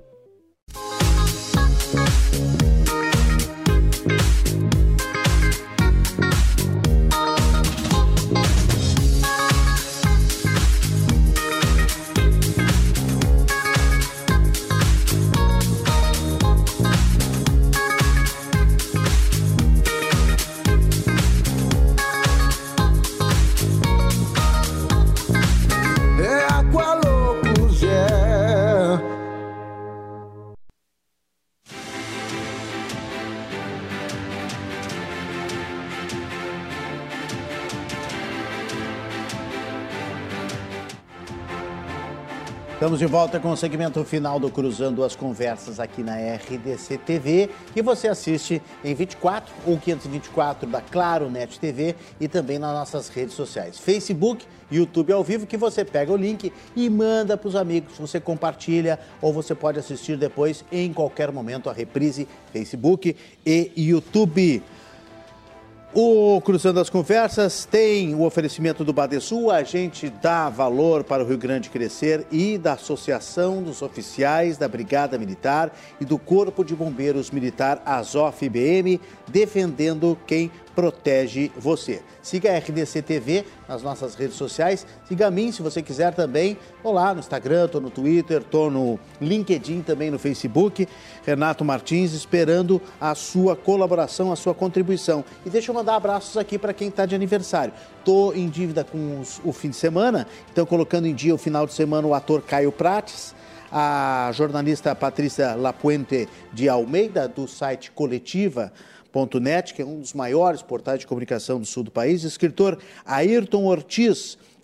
Estamos de volta com o segmento final do Cruzando as Conversas aqui na R D C T V, que você assiste em vinte e quatro ou quinhentos e vinte e quatro da Claro Net T V e também nas nossas redes sociais, Facebook, YouTube ao vivo, que você pega o link e manda para os amigos, você compartilha ou você pode assistir depois em qualquer momento a reprise Facebook e YouTube. O Cruzando as Conversas tem o oferecimento do Badesul, a gente dá valor para o Rio Grande crescer, e da Associação dos Oficiais da Brigada Militar e do Corpo de Bombeiros Militar Azof B M, defendendo quem protege você. Siga a R D C T V nas nossas redes sociais, siga a mim se você quiser também, estou lá no Instagram, estou no Twitter, estou no LinkedIn, também no Facebook, Renato Martins, esperando a sua colaboração, a sua contribuição. E deixa eu mandar abraços aqui para quem está de aniversário. Estou em dívida com os, o fim de semana, então colocando em dia o final de semana o ator Caio Prates, a jornalista Patrícia Lapuente de Almeida, do site Coletiva ponto net, que é um dos maiores portais de comunicação do sul do país, escritor Ayrton Ortiz,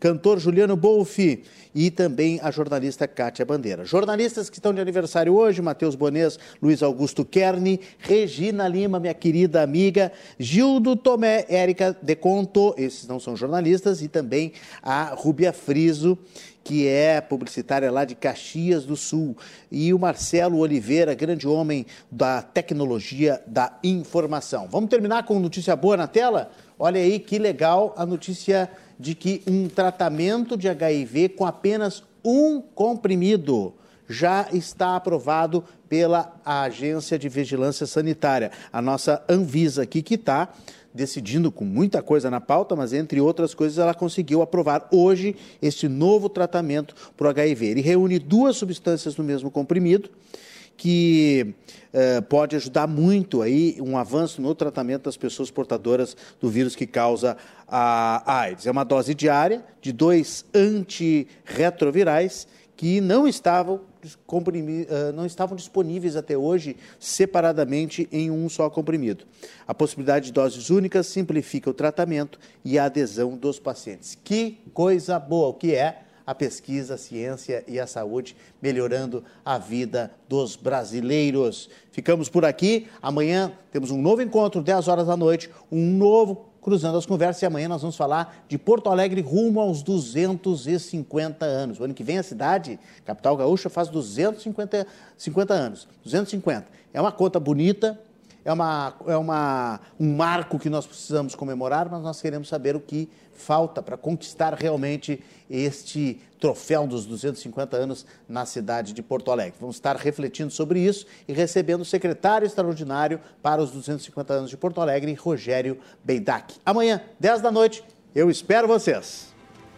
cantor Juliano Bolfi e também a jornalista Kátia Bandeira. Jornalistas que estão de aniversário hoje, Matheus Bonês, Luiz Augusto Kerni, Regina Lima, minha querida amiga, Gildo Tomé, Érica Deconto, esses não são jornalistas, e também a Rúbia Friso, que é publicitária lá de Caxias do Sul, e o Marcelo Oliveira, grande homem da tecnologia da informação. Vamos terminar com notícia boa na tela? Olha aí que legal a notícia de que um tratamento de H I V com apenas um comprimido já está aprovado pela Agência de Vigilância Sanitária, a nossa Anvisa aqui, que está decidindo com muita coisa na pauta, mas entre outras coisas ela conseguiu aprovar hoje este novo tratamento para o H I V. Ele reúne duas substâncias no mesmo comprimido, que uh, pode ajudar muito aí um avanço no tratamento das pessoas portadoras do vírus que causa a AIDS. É uma dose diária de dois antirretrovirais que não estavam, uh, não estavam disponíveis até hoje separadamente em um só comprimido. A possibilidade de doses únicas simplifica o tratamento e a adesão dos pacientes. Que coisa boa, o que é a pesquisa, a ciência e a saúde melhorando a vida dos brasileiros. Ficamos por aqui. Amanhã temos um novo encontro, dez horas da noite, um novo Cruzando as Conversas, e amanhã nós vamos falar de Porto Alegre rumo aos duzentos e cinquenta anos. O ano que vem a cidade, capital gaúcha, faz duzentos e cinquenta anos. duzentos e cinquenta. É uma conta bonita, é, uma, é uma, um marco que nós precisamos comemorar, mas nós queremos saber o que falta para conquistar realmente este troféu dos duzentos e cinquenta anos na cidade de Porto Alegre. Vamos estar refletindo sobre isso e recebendo o secretário extraordinário para os duzentos e cinquenta anos de Porto Alegre, Rogério Beidac. Amanhã, dez da noite, eu espero vocês.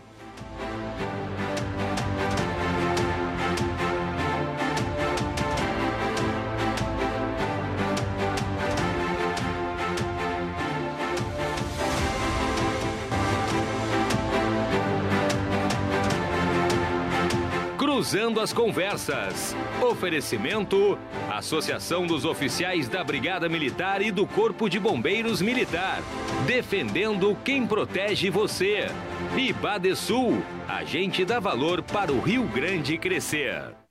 Cruzando as Conversas. Oferecimento: Associação dos Oficiais da Brigada Militar e do Corpo de Bombeiros Militar. Defendendo quem protege você. E Badesul, a gente dá valor para o Rio Grande crescer.